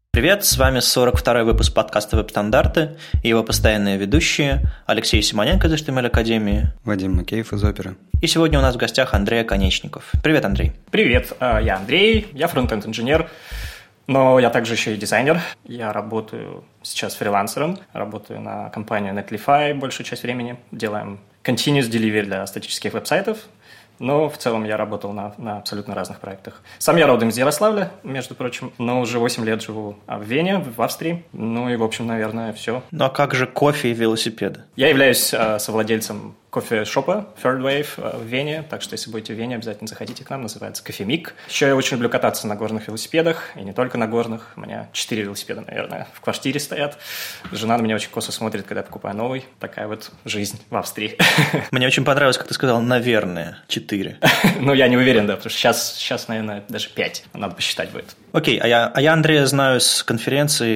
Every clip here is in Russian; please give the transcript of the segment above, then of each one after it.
Привет, с вами 42-й выпуск подкаста «Веб-стандарты» и его постоянные ведущие Алексей Симоненко из HTML Академии, Вадим Макеев из Оперы. И сегодня у нас в гостях Андрей Конечников. Привет, Андрей. Привет, я Андрей, я фронтенд-инженер, но я также еще и дизайнер. Я работаю сейчас фрилансером, работаю на компанию Netlify большую часть времени, делаем continuous delivery для статических веб-сайтов. Но в целом я работал на абсолютно разных проектах. Сам я родом из Ярославля, между прочим, но уже 8 лет живу в Вене, в Австрии. Ну и, в общем, наверное, все. Ну а как же кофе и велосипеды? Я являюсь совладельцем кофе-шопа Third Wave в Вене, так что если будете в Вене, обязательно заходите к нам, называется Кофемик. Еще я очень люблю кататься на горных велосипедах, и не только на горных. У меня 4 велосипеда, наверное, в квартире стоят. Жена на меня очень косо смотрит, когда я покупаю новый. Такая вот жизнь в Австрии. Мне очень понравилось, как ты сказал, наверное, 4. Ну, я не уверен, да, потому что сейчас, наверное, даже 5. Надо посчитать будет. Окей, а я Андрея знаю с конференции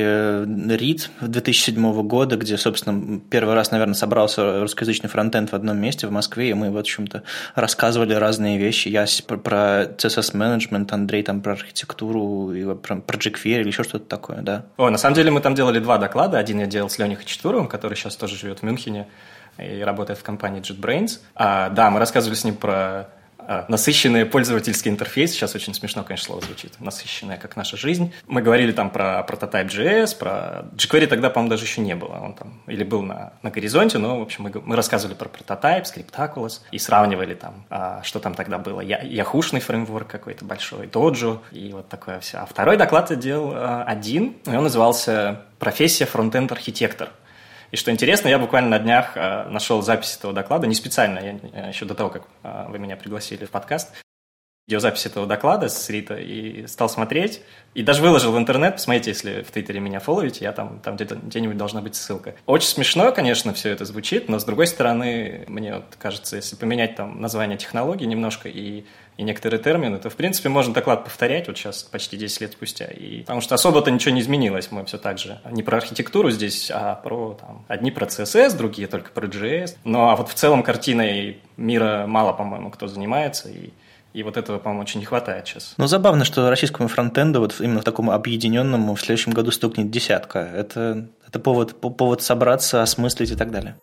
RIT 2007 года, где, собственно, первый раз, наверное, собрался русскоязычный фронтенд в одном месте в Москве, и мы, в общем-то, рассказывали разные вещи. Я про CSS-менеджмент, Андрей там про архитектуру, и про jQuery или еще что-то такое, да. На самом деле мы там делали 2 доклада. Один я делал с Леней Хачатуровым, который сейчас тоже живет в Мюнхене и работает в компании JetBrains. Да, мы рассказывали с ним про насыщенный пользовательский интерфейс. Сейчас очень смешно, конечно, слово звучит. Насыщенная, как наша жизнь. Мы говорили там про Prototype.js, про jQuery тогда, по-моему, даже еще не было. Он там или был на горизонте, но, в общем, мы рассказывали про Prototype, Scriptaculous и сравнивали там, что там тогда было. Яхушный фреймворк какой-то большой, Dojo и вот такое все. А второй доклад я делал один, и он назывался «Профессия фронтенд-архитектор». И что интересно, я буквально на днях нашел запись этого доклада, не специально, я еще до того, как вы меня пригласили в подкаст, видеозапись этого доклада с Рита, и стал смотреть, и даже выложил в интернет. Посмотрите, если в Твиттере меня фолловите, я там где-нибудь должна быть ссылка. Очень смешно, конечно, все это звучит, но с другой стороны, мне вот кажется, если поменять там название технологий немножко и некоторые термины, то, в принципе, можно доклад повторять вот сейчас, почти 10 лет спустя. Потому что особо-то ничего не изменилось. Мы все так же не про архитектуру здесь, а одни про CSS, другие только про JS. А вот в целом картиной мира мало, по-моему, кто занимается, и вот этого, по-моему, очень не хватает сейчас. Ну, забавно, что российскому фронтенду вот именно в таком объединенному в следующем году стукнет 10. Это повод собраться, осмыслить и так далее.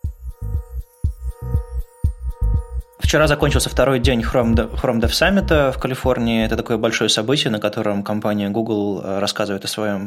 Вчера закончился второй день Chrome Dev Summit в Калифорнии. Это такое большое событие, на котором компания Google рассказывает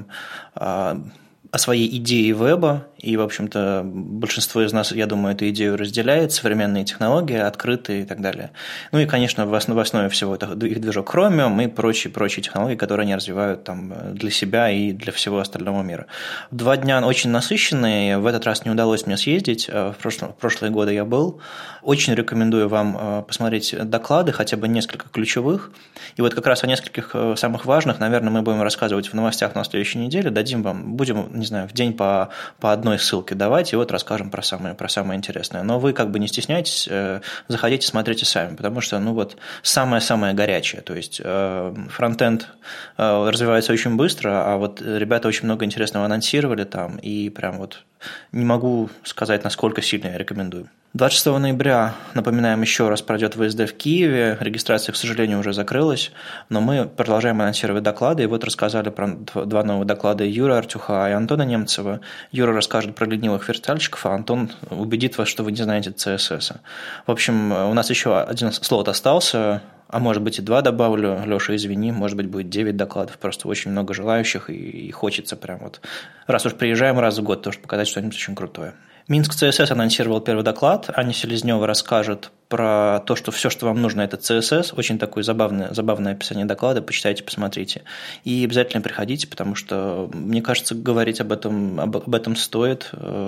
о своей идее веба, и, в общем-то, большинство из нас, я думаю, эту идею разделяет, современные технологии, открытые и так далее. Ну и, конечно, в основе всего это их движок Chromium и прочие технологии, которые они развивают там для себя и для всего остального мира. 2 дня очень насыщенные, в этот раз не удалось мне съездить, в прошлые годы я был. Очень рекомендую вам посмотреть доклады, хотя бы несколько ключевых, и вот как раз о нескольких самых важных, наверное, мы будем рассказывать в новостях на следующей неделе, будем, не знаю, в день по одной ссылке давать, и вот расскажем про самое интересное. Но вы как бы не стесняйтесь, заходите, смотрите сами, потому что, самое-самое горячее, то есть фронтенд развивается очень быстро, а вот ребята очень много интересного анонсировали там, и прям вот не могу сказать, насколько сильно я рекомендую. 26 ноября, напоминаем еще раз, пройдет ВСД в Киеве. Регистрация, к сожалению, уже закрылась, но мы продолжаем анонсировать доклады. И вот рассказали про 2 новых доклада Юры Артюха и Антона Немцева. Юра расскажет про ленивых верстальщиков, а Антон убедит вас, что вы не знаете CSS. В общем, у нас еще один слот остался, а может быть и 2 добавлю. Леша, извини, может быть будет 9 докладов. Просто очень много желающих, и хочется прям вот, раз уж приезжаем раз в год, тоже показать что-нибудь очень крутое. Минск CSS анонсировал первый доклад. Аня Селезнева расскажет про то, что все, что вам нужно, это CSS. Очень такое забавное описание доклада. Почитайте, посмотрите. И обязательно приходите, потому что, мне кажется, говорить об этом стоит.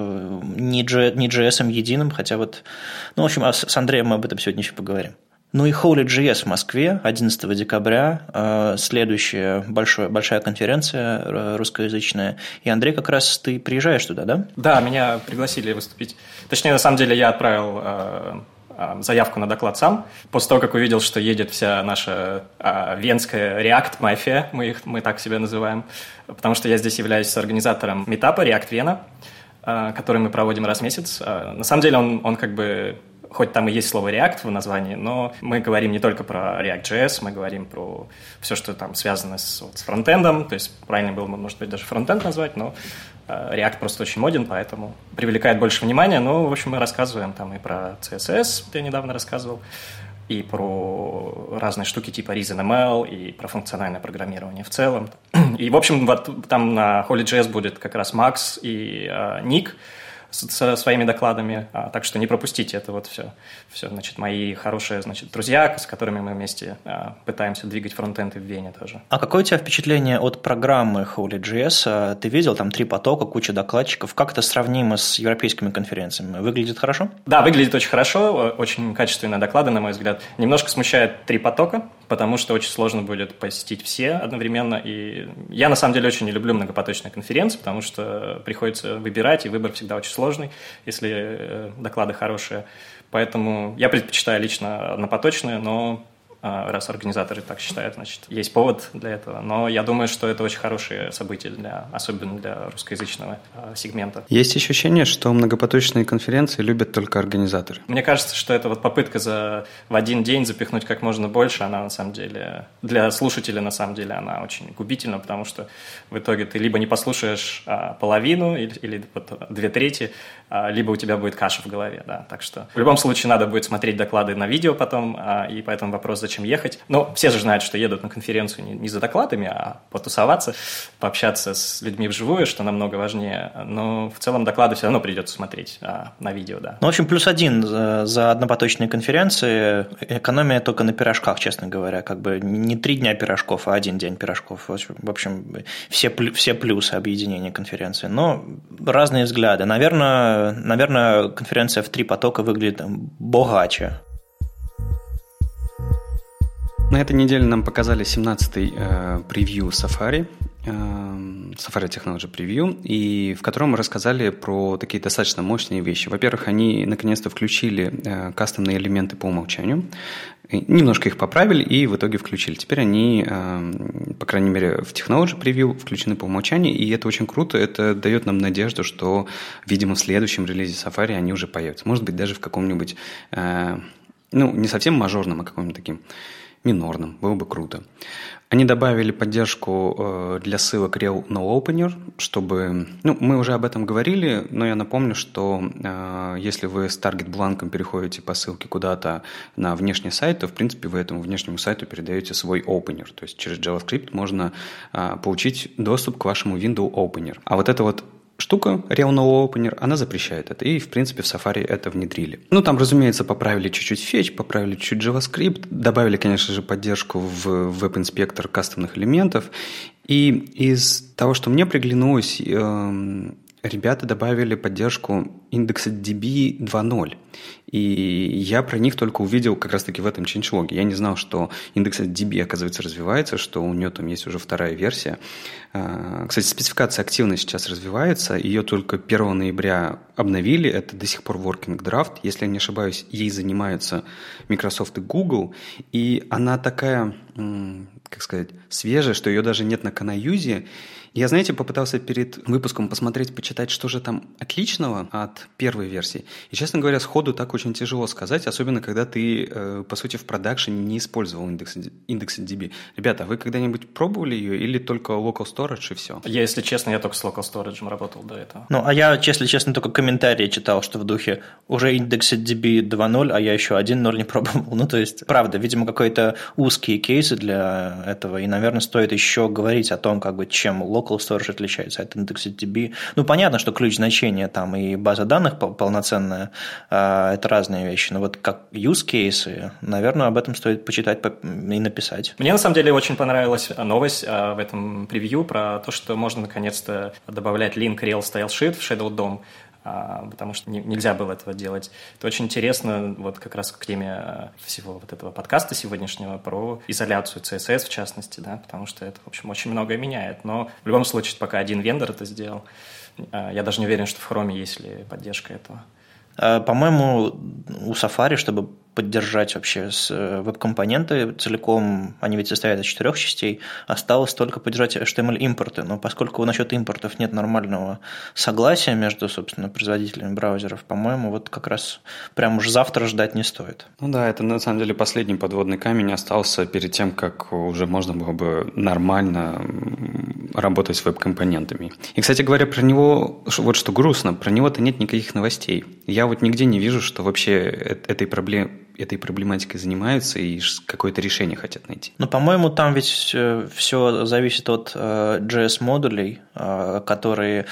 Не JS единым, хотя вот... в общем, с Андреем мы об этом сегодня еще поговорим. Ну и Holy.js в Москве 11 декабря, следующая большая конференция русскоязычная. И, Андрей, как раз ты приезжаешь туда, да? Да, меня пригласили выступить. Точнее, на самом деле, я отправил заявку на доклад сам. После того, как увидел, что едет вся наша венская React-мафия, мы так себя называем, потому что я здесь являюсь организатором митапа React Вена, который мы проводим раз в месяц. На самом деле он как бы хоть там и есть слово React в названии, но мы говорим не только про React.js, мы говорим про все, что там связано с фронтендом, то есть правильно было, может быть, даже фронтенд назвать, но React просто очень моден, поэтому привлекает больше внимания. Ну, в общем, мы рассказываем там и про CSS, я недавно рассказывал, и про разные штуки типа ReasonML, и про функциональное программирование в целом. И, в общем, вот там на Holy.js будет как раз Макс и Ник со своими докладами, так что не пропустите это вот все, значит, мои хорошие, значит, друзья, с которыми мы вместе пытаемся двигать фронтенд и в Вене тоже. А какое у тебя впечатление от программы Holy.js? Ты видел, там 3 потока, куча докладчиков. Как это сравнимо с европейскими конференциями? Выглядит хорошо? Да, выглядит очень хорошо, очень качественные доклады, на мой взгляд. Немножко смущает 3 потока, потому что очень сложно будет посетить все одновременно. И я, на самом деле, очень не люблю многопоточные конференции, потому что приходится выбирать, и выбор всегда очень сложный, если доклады хорошие. Поэтому я предпочитаю лично однопоточные, но раз организаторы так считают, значит, есть повод для этого. Но я думаю, что это очень хорошее событие, особенно для русскоязычного сегмента. Есть ощущение, что многопоточные конференции любят только организаторы. Мне кажется, что это вот попытка в один день запихнуть как можно больше, она на самом деле, для слушателя на самом деле, она очень губительна, потому что в итоге ты либо не послушаешь половину или вот 2/3, либо у тебя будет каша в голове. Да. Так что в любом случае надо будет смотреть доклады на видео потом, и поэтому вопрос, зачем ехать. Но все же знают, что едут на конференцию не за докладами, а потусоваться, пообщаться с людьми вживую, что намного важнее. Но в целом доклады все равно придется смотреть на видео, да. Ну, в общем, +1 за однопоточные конференции. Экономия только на пирожках, честно говоря. Как бы не 3 дня пирожков, а 1 день пирожков. В общем, все плюсы объединения конференции. Но разные взгляды. Наверное, конференция в 3 потока выглядит богаче. На этой неделе нам показали 17-й превью Safari, Safari Technology Preview, и в котором мы рассказали про такие достаточно мощные вещи. Во-первых, они наконец-то включили кастомные элементы по умолчанию, немножко их поправили и в итоге включили. Теперь они, по крайней мере, в Technology Preview включены по умолчанию, и это очень круто, это дает нам надежду, что, видимо, в следующем релизе Safari они уже появятся. Может быть, даже в каком-нибудь, не совсем мажорном, а каком-нибудь таким минорным, было бы круто. Они добавили поддержку для ссылок Rel No Opener, чтобы... мы уже об этом говорили, но я напомню, что если вы с таргет-бланком переходите по ссылке куда-то на внешний сайт, то, в принципе, вы этому внешнему сайту передаете свой opener. То есть через JavaScript можно получить доступ к вашему window opener. А вот это вот штука Rel No Opener, она запрещает это. И, в принципе, в Safari это внедрили. Там, разумеется, поправили чуть-чуть fetch, поправили чуть JavaScript, добавили, конечно же, поддержку в веб-инспектор кастомных элементов. И из того, что мне приглянулось, ребята добавили поддержку IndexedDB 2.0. И я про них только увидел как раз-таки в этом чейндж-логе. Я не знал, что IndexedDB, оказывается, развивается, что у нее там есть уже 2-я версия. Кстати, спецификация активно сейчас развивается. Ее только 1 ноября обновили. Это до сих пор working draft. Если я не ошибаюсь, ей занимаются Microsoft и Google. И она такая, свежая, что ее даже нет на Canayuze. Я, попытался перед выпуском посмотреть, почитать, что же там отличного от первой версии. И, честно говоря, сходу так очень тяжело сказать, особенно когда ты, по сути, в продакшене не использовал IndexedDB. Ребята, а вы когда-нибудь пробовали ее или только Local Storage и все? Если честно, я только с Local Storage работал до этого. А я, если честно, только комментарии читал, что в духе уже IndexedDB 2.0, а я еще 1.0 не пробовал. То есть, правда, видимо, какие-то узкие кейсы для этого, и, наверное, стоит еще говорить о том, чем Local Storage отличается от IndexedDB. Понятно, что ключ значения там и база данных полноценная, это разные вещи, но вот как use cases, наверное, об этом стоит почитать и написать. Мне, на самом деле, очень понравилась новость в этом превью про то, что можно, наконец-то, добавлять link Rel Style Sheet в Shadow DOM, потому что нельзя было этого делать. Это очень интересно вот как раз к теме всего вот этого подкаста сегодняшнего про изоляцию CSS в частности, да, потому что это, в общем, очень многое меняет. Но в любом случае, пока один вендор это сделал, я даже не уверен, что в Chrome есть ли поддержка этого. По-моему, у Safari, чтобы поддержать вообще веб-компоненты целиком, они ведь состоят из 4 частей, осталось только поддержать HTML-импорты. Но поскольку насчет импортов нет нормального согласия между, собственно, производителями браузеров, по-моему, вот как раз прям уж завтра ждать не стоит. Ну да, это на самом деле последний подводный камень остался перед тем, как уже можно было бы нормально работать с веб-компонентами. И, кстати говоря, про него, вот что грустно, про него-то нет никаких новостей. Я вот нигде не вижу, что вообще этой проблематикой занимаются и какое-то решение хотят найти. Ну, по-моему, там ведь все зависит от JS-модулей, которые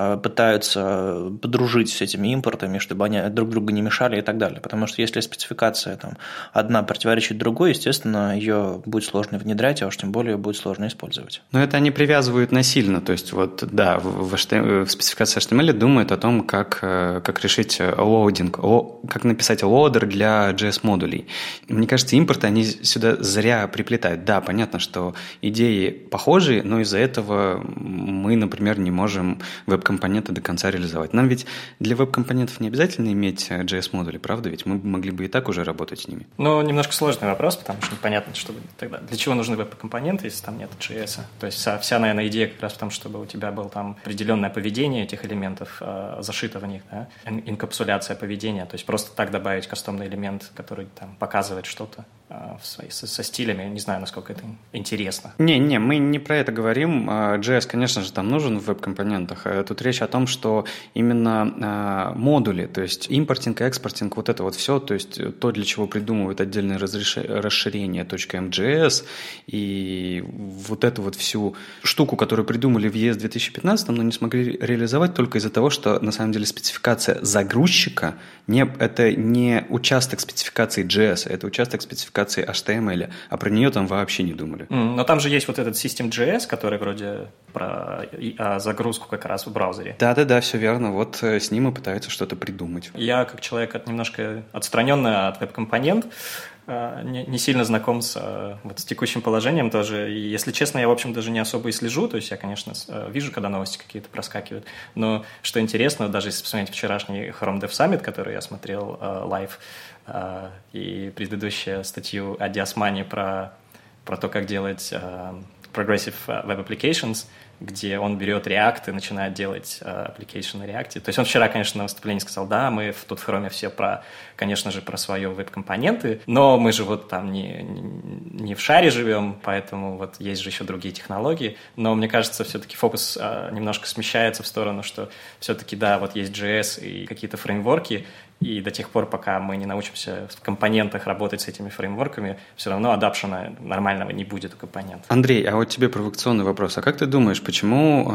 пытаются подружить с этими импортами, чтобы они друг другу не мешали и так далее. Потому что если спецификация там одна противоречит другой, естественно, ее будет сложно внедрять, а уж тем более будет сложно использовать. Но это они привязывают насильно. То есть, вот, да, в спецификации HTML думают о том, как решить лоудинг, как написать лоудер для JS-модулей. Мне кажется, импорты они сюда зря приплетают. Да, понятно, что идеи похожие, но из-за этого мы, например, не можем веб-компоненты до конца реализовать. Нам ведь для веб-компонентов не обязательно иметь JS-модули, правда? Ведь мы могли бы и так уже работать с ними. Ну, немножко сложный вопрос, потому что непонятно, что тогда. Для чего нужны веб-компоненты, если там нет JS? То есть вся, наверное, идея как раз в том, чтобы у тебя было там определенное поведение этих элементов, зашито в них, да? Инкапсуляция поведения, то есть просто так добавить кастомный элемент, который там показывает что-то со стилями, не знаю, насколько это интересно. Не, мы не про это говорим. JS, конечно же, там нужен в веб-компонентах. Тут речь о том, что именно модули, то есть импортинг, экспортинг, вот это вот все, то есть то, для чего придумывают отдельное расширение .mjs и вот эту вот всю штуку, которую придумали в ES 2015, но не смогли реализовать только из-за того, что на самом деле спецификация загрузчика это не участок спецификации JS, это участок спецификации HTML, а про нее там вообще не думали. Но там же есть вот этот System.js, который вроде про загрузку как раз в браузере. Да, все верно. Вот с ним и пытаются что-то придумать. Я, как человек немножко отстраненный от веб-компонент, не сильно знаком с текущим положением тоже. И, если честно, я, в общем, даже не особо и слежу. То есть я, конечно, вижу, когда новости какие-то проскакивают. Но что интересно, даже если посмотреть вчерашний Chrome Dev Summit, который я смотрел лайв, и предыдущую статью Адди Османи про то, как делать Progressive Web Applications, где он берет React и начинает делать application на React. То есть он вчера, конечно, на выступлении сказал, да, мы тут в Chrome все конечно же, про свои веб-компоненты, но мы же вот там не в шаре живем, поэтому вот есть же еще другие технологии. Но мне кажется, все-таки фокус немножко смещается в сторону, что все-таки, да, вот есть JS и какие-то фреймворки, и до тех пор, пока мы не научимся в компонентах работать с этими фреймворками, все равно адапшена нормального не будет у компонентов. Андрей, а вот тебе провокационный вопрос. А как ты думаешь, почему,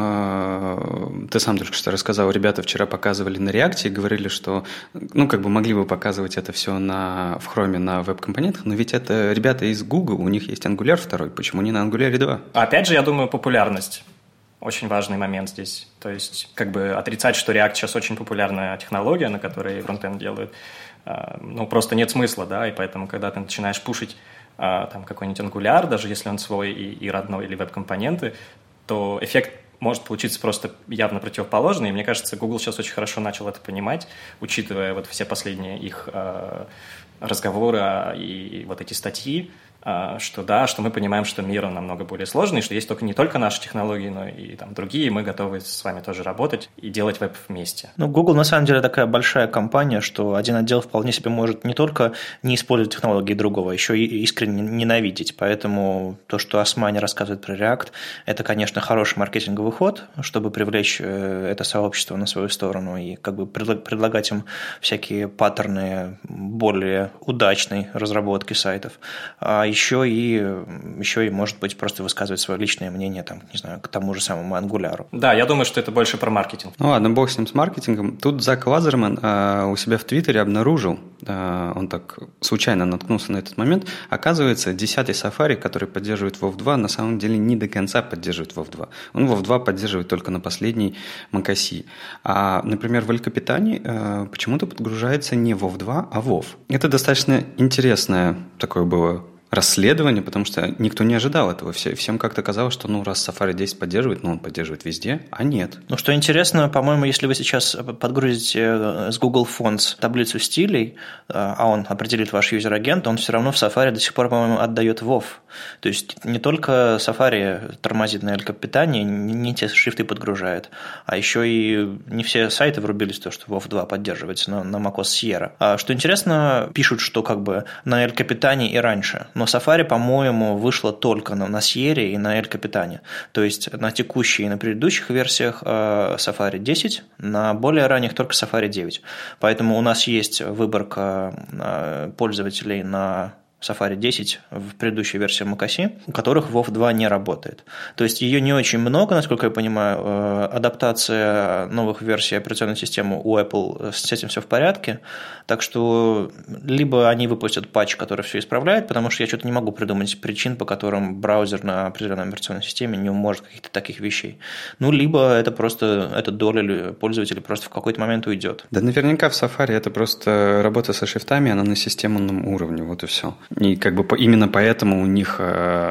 ты сам только что рассказал, ребята вчера показывали на React и говорили, что, могли бы показывать это все в Chrome на веб-компонентах, но ведь это ребята из Google, у них есть Angular 2, почему не на Angular 2? Опять же, я думаю, популярность. Очень важный момент здесь. То есть, отрицать, что React сейчас очень популярная технология, на которой фронтенд делают, просто нет смысла, да, и поэтому, когда ты начинаешь пушить там какой-нибудь Angular, даже если он свой и родной, или веб-компоненты, то эффект может получиться просто явно противоположный, и мне кажется, Google сейчас очень хорошо начал это понимать, учитывая вот все последние их разговоры и вот эти статьи, что мы понимаем, что мир намного более сложный, что есть не только наши технологии, но и там другие, мы готовы с вами тоже работать и делать веб вместе. Google на самом деле такая большая компания, что один отдел вполне себе может не только не использовать технологии другого, еще и искренне ненавидеть. Поэтому то, что Османи рассказывает про React, это, конечно, хороший маркетинговый ход, чтобы привлечь это сообщество на свою сторону и предлагать им всякие паттерны более удачной разработки сайтов. Еще и, может быть, просто высказывать свое личное мнение, к тому же самому Angular. Да, я думаю, что это больше про маркетинг. Ну ладно, бог с ним, с маркетингом. Тут Зак Лазерман у себя в Твиттере обнаружил, он так случайно наткнулся на этот момент, оказывается, 10-й Safari, который поддерживает WoW 2, на самом деле не до конца поддерживает WoW 2. Он WoW 2 поддерживает только на последней macOS. А, например, в Эль-Капитане почему-то подгружается не WoW 2, а WoW. Это достаточно интересное такое было расследование, потому что никто не ожидал этого. Всем как-то казалось, что раз Safari 10 поддерживает, он поддерживает везде, а нет. Ну, что интересно, по-моему, если вы сейчас подгрузите с Google Fonts таблицу стилей, а он определит ваш юзер-агент, он все равно в Safari до сих пор, по-моему, отдает WoW. То есть не только Safari тормозит на El Capitan, не те шрифты подгружает, а еще и не все сайты врубились в то, что WoW 2 поддерживается на macOS Sierra. А что интересно, пишут, что как бы на El Capitan и раньше, но Safari, по-моему, вышла только на Sierra и на El Capitan. То есть на текущей и на предыдущих версиях Safari 10, на более ранних только Safari 9. Поэтому у нас есть выборка пользователей на Safari 10 в предыдущей версии macOS, у которых WoW 2 не работает. То есть ее не очень много, насколько я понимаю. Адаптация новых версий операционной системы у Apple с этим все в порядке. Так что либо они выпустят патч, который все исправляет, потому что я что-то не могу придумать причин, по которым браузер на определенной операционной системе не может каких-то таких вещей. Либо это просто эта доля пользователей просто в какой-то момент уйдет. Да наверняка в Safari это просто работа со шрифтами, она на системном уровне, вот и все. И как бы именно поэтому у них,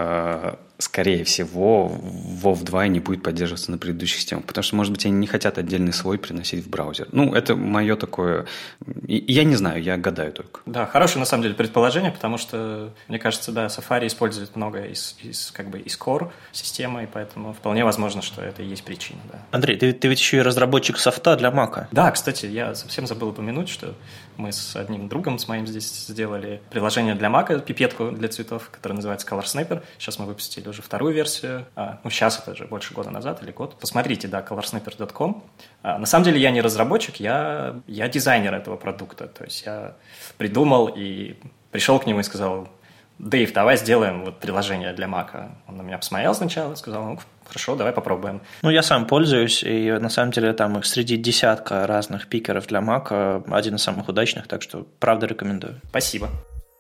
скорее всего, WoW 2 не будет поддерживаться на предыдущих системах, потому что, может быть, они не хотят отдельный слой приносить в браузер. Это мое такое... Я не знаю, я гадаю только. Да, хорошее, на самом деле, предположение, потому что, мне кажется, да, Safari использует много из core системы, и поэтому вполне возможно, что это и есть причина. Да. Андрей, ты ведь еще и разработчик софта для Mac. Да, кстати, я совсем забыл упомянуть, что мы с одним другом, с моим здесь сделали приложение для Mac, пипетку для цветов, которая называется Color Snapper. Сейчас мы выпустили уже вторую версию. Сейчас это уже больше года назад или год. Посмотрите, да, colorsnapper.com. На самом деле я не разработчик, я дизайнер этого продукта. То есть я придумал и пришел к нему и сказал: Дэйв, давай сделаем приложение для Mac. Он на меня посмотрел сначала и сказал: хорошо, давай попробуем. Я сам пользуюсь, и на самом деле там среди десятка разных пикеров для Mac один из самых удачных, так что правда рекомендую. Спасибо.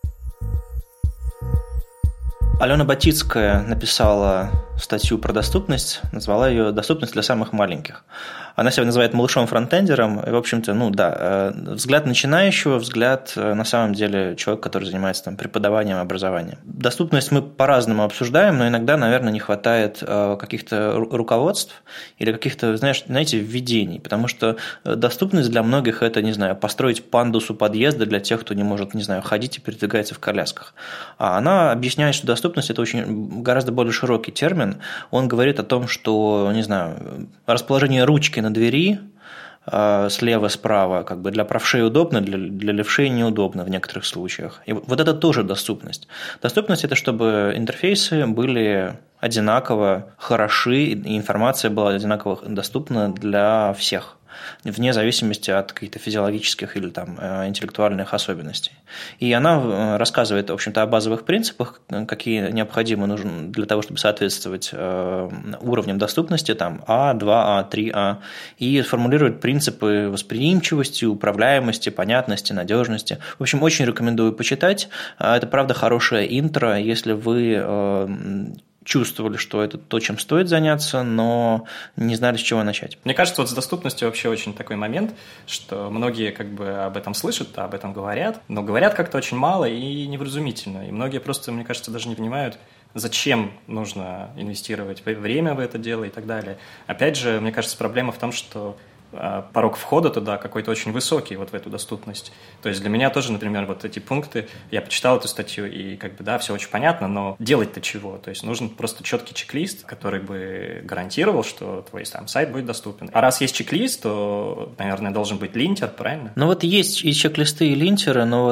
Алена Батицкая написала статью про доступность, назвала ее «Доступность для самых маленьких». Она себя называет малышом-фронтендером, и, в общем-то, взгляд начинающего, взгляд, на самом деле, человека, который занимается преподаванием, образованием. Доступность мы по-разному обсуждаем, но иногда, наверное, не хватает каких-то руководств или каких-то, знаете, введений, потому что доступность для многих – это, не знаю, построить пандус у подъезда для тех, кто не может, не знаю, ходить и передвигается в колясках. А она объясняет, что доступность – это гораздо более широкий термин. Он говорит о том, что, не знаю, расположение ручки на двери слева-справа как бы для правшей удобно, для левшей неудобно в некоторых случаях. И вот это тоже доступность. Доступность – это чтобы интерфейсы были одинаково хороши, и информация была одинаково доступна для всех, вне зависимости от каких-то физиологических или интеллектуальных особенностей. И она рассказывает, в общем-то, о базовых принципах, какие необходимы нужны для того, чтобы соответствовать уровням доступности, А, 2А, 3А, и формулирует принципы восприимчивости, управляемости, понятности, надежности. В общем, очень рекомендую почитать. Это, правда, хорошее интро, если вы чувствовали, что это то, чем стоит заняться, но не знали, с чего начать. Мне кажется, с доступностью вообще очень такой момент, что многие как бы об этом слышат, об этом говорят, но говорят как-то очень мало и невразумительно. И многие просто, мне кажется, даже не понимают, зачем нужно инвестировать время в это дело и так далее. Опять же, мне кажется, проблема в том, что порог входа туда какой-то очень высокий в эту доступность. То есть для меня тоже, например, эти пункты, я почитал эту статью, и все очень понятно, но делать-то чего? То есть нужен просто четкий чек-лист, который бы гарантировал, что твой сайт будет доступен. А раз есть чек-лист, то, наверное, должен быть линтер, правильно? Есть и чек-листы, и линтеры, но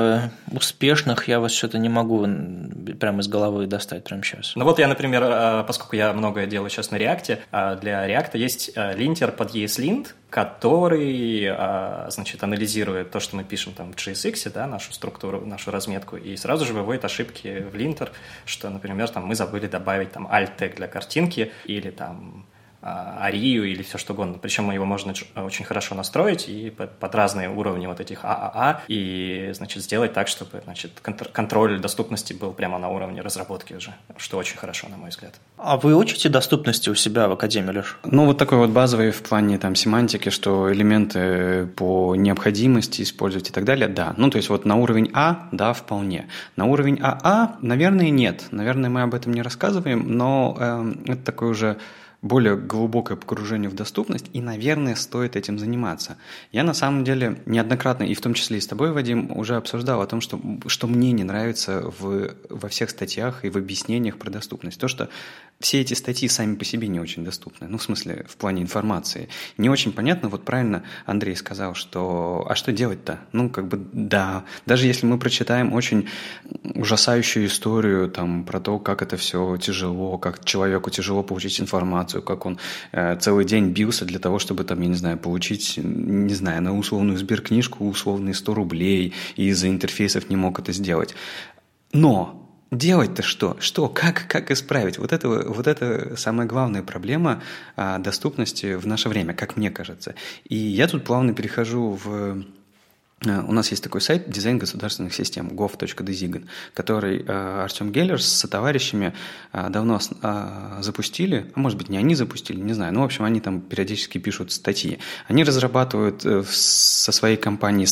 успешных я что-то не могу прямо из головы достать прямо сейчас. Я, например, поскольку я многое делаю сейчас на React, для React есть линтер под ESLint, который, анализирует то, что мы пишем в JSX, нашу структуру, нашу разметку, и сразу же выводит ошибки в линтер, что, например, мы забыли добавить alt-тег для картинки или Арию или все что угодно. Причем его можно очень хорошо настроить и под разные уровни вот этих ААА и, значит, сделать так, чтобы, значит, контроль доступности был прямо на уровне разработки уже, что очень хорошо, на мой взгляд. А вы учите доступности у себя в Академии, Леш? Ну, вот такой вот базовый в плане там семантики, что элементы по необходимости использовать и так далее, да. Ну, то есть вот на уровень А, да, вполне. На уровень АА, наверное, нет. Наверное, мы об этом не рассказываем, но это такой уже более глубокое погружение в доступность, и, наверное, стоит этим заниматься. Я, на самом деле, неоднократно, и в том числе и с тобой, Вадим, уже обсуждал о том, что мне не нравится во всех статьях и в объяснениях про доступность. То, что все эти статьи сами по себе не очень доступны, ну, в смысле, в плане информации. Не очень понятно, вот правильно Андрей сказал, что а что делать-то? Ну, как бы, да, даже если мы прочитаем очень ужасающую историю там, про то, как это все тяжело, как человеку тяжело получить информацию, как он целый день бился для того, чтобы, там, я не знаю, получить, не знаю, на условную сберкнижку условные 100 рублей, и из-за интерфейсов не мог это сделать. Но делать-то что? Что? Как исправить? Вот это самая главная проблема доступности в наше время, как мне кажется. И я тут плавно перехожу у нас есть такой сайт «Дизайн государственных систем» gov.design, который Артем Геллер с сотоварищами давно запустили, а может быть не они запустили, не знаю, ну в общем они там периодически пишут статьи. Они разрабатывают со своей компанией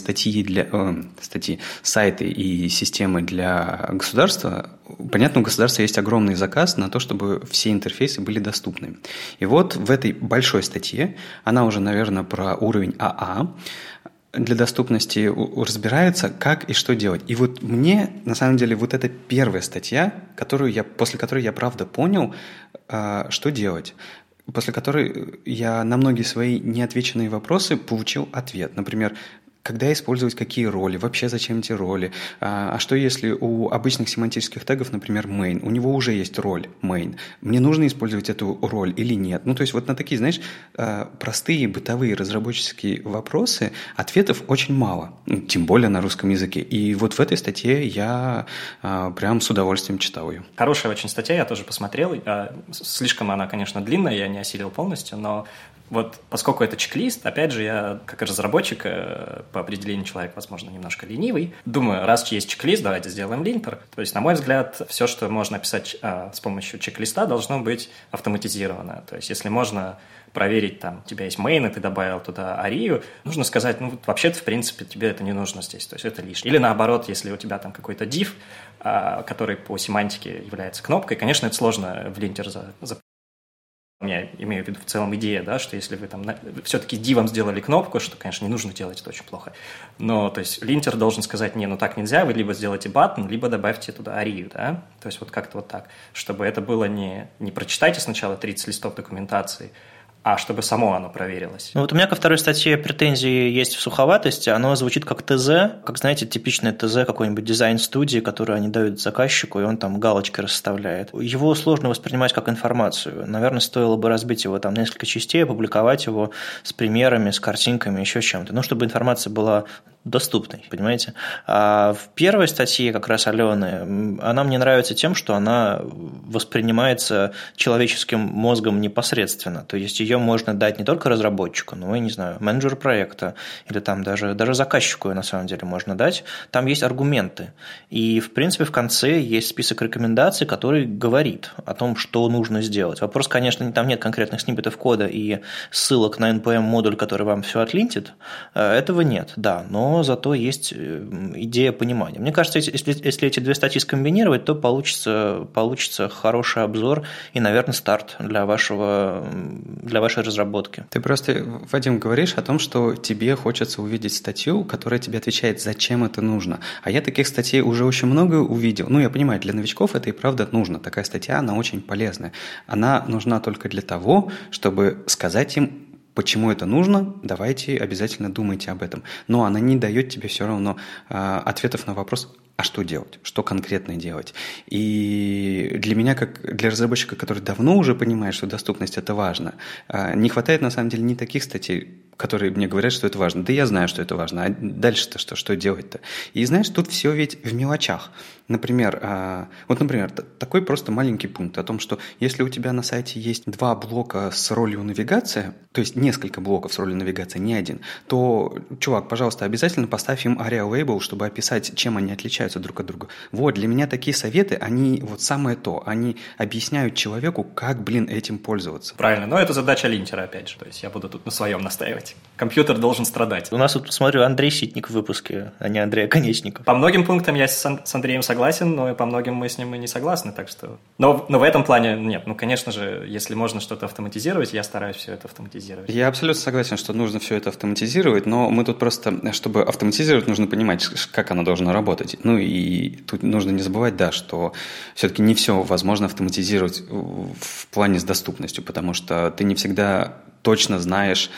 сайты и системы для государства. Понятно, у государства есть огромный заказ на то, чтобы все интерфейсы были доступны. И вот в этой большой статье, она уже, наверное, про уровень АА, для доступности разбирается, как и что делать. И вот мне, на самом деле, вот эта первая статья, после которой я правда понял, что делать, после которой я на многие свои неотвеченные вопросы получил ответ. Например, когда использовать какие роли, вообще зачем эти роли, а что если у обычных семантических тегов, например, main, у него уже есть роль main, мне нужно использовать эту роль или нет? Ну, то есть вот на такие, знаешь, простые бытовые разработческие вопросы ответов очень мало, тем более на русском языке. И вот в этой статье я прям с удовольствием читал ее. Хорошая очень статья, я тоже посмотрел. Слишком она, конечно, длинная, я не осилил полностью, но вот поскольку это чек-лист, опять же, я как разработчик, по определению человек, возможно, немножко ленивый, думаю, раз есть чек-лист, давайте сделаем линтер. То есть, на мой взгляд, все, что можно описать с помощью чек-листа, должно быть автоматизировано. То есть, если можно проверить, там, у тебя есть main, и ты добавил туда арию, нужно сказать, ну, вообще-то, в принципе, тебе это не нужно здесь, то есть это лишнее. Или наоборот, если у тебя там какой-то div, который по семантике является кнопкой, конечно, это сложно в линтер я имею в виду в целом идея, да, что если вы там все-таки дивом сделали кнопку, что, конечно, не нужно делать, это очень плохо. Но, то есть, линтер должен сказать, не, ну так нельзя, вы либо сделайте button, либо добавьте туда арию, да, то есть вот как-то вот так, чтобы это было не прочитайте сначала 30 листов документации, а чтобы само оно проверилось. Ну, вот у меня ко второй статье претензии есть в суховатости. Оно звучит как ТЗ, как, знаете, типичное ТЗ какой-нибудь дизайн-студии, которую они дают заказчику, и он там галочки расставляет. Его сложно воспринимать как информацию. Наверное, стоило бы разбить его там на несколько частей, опубликовать его с примерами, с картинками, еще с чем-то. Ну, чтобы информация была доступной, понимаете? А в первой статье как раз Алены, она мне нравится тем, что она воспринимается человеческим мозгом непосредственно. То есть ее можно дать не только разработчику, но и, не знаю, менеджеру проекта или там даже заказчику на самом деле можно дать. Там есть аргументы. И, в принципе, в конце есть список рекомендаций, который говорит о том, что нужно сделать. Вопрос, конечно, там нет конкретных сниппетов кода и ссылок на NPM-модуль, который вам все отлинтит. Этого нет, да, но зато есть идея понимания. Мне кажется, если эти две статьи скомбинировать, то получится хороший обзор и, наверное, старт для вашей разработки. Ты просто, Вадим, говоришь о том, что тебе хочется увидеть статью, которая тебе отвечает, зачем это нужно. А я таких статей уже очень много увидел. Ну, я понимаю, для новичков это и правда нужно. Такая статья, она очень полезная. Она нужна только для того, чтобы сказать им, почему это нужно, давайте обязательно думайте об этом. Но она не дает тебе все равно ответов на вопрос, а что делать, что конкретно делать. И для меня, как для разработчика, который давно уже понимает, что доступность – это важно, не хватает на самом деле ни таких статей, которые мне говорят, что это важно. Да я знаю, что это важно. А дальше-то что делать-то? И знаешь, тут все ведь в мелочах. Например, такой просто маленький пункт о том, что если у тебя на сайте есть 2 блока с ролью навигация, то есть несколько блоков с ролью навигации, не один, то, чувак, пожалуйста, обязательно поставь им ARIA label, чтобы описать, чем они отличаются друг от друга. Вот, для меня такие советы, они вот самое то. Они объясняют человеку, как, этим пользоваться. Правильно, но это задача линтера, опять же. То есть я буду тут на своем настаивать. Компьютер должен страдать. У нас тут, смотрю, Андрей Ситник в выпуске, а не Андрей Оконечников. По многим пунктам я с Андреем согласен, но и по многим мы с ним и не согласны, так что... Но в этом плане нет. Конечно же, если можно что-то автоматизировать, я стараюсь все это автоматизировать. Я абсолютно согласен, что нужно все это автоматизировать, но мы тут просто, чтобы автоматизировать, нужно понимать, как оно должно работать. И тут нужно не забывать, что все-таки не все возможно автоматизировать в плане с доступностью, потому что ты не всегда точно знаешь,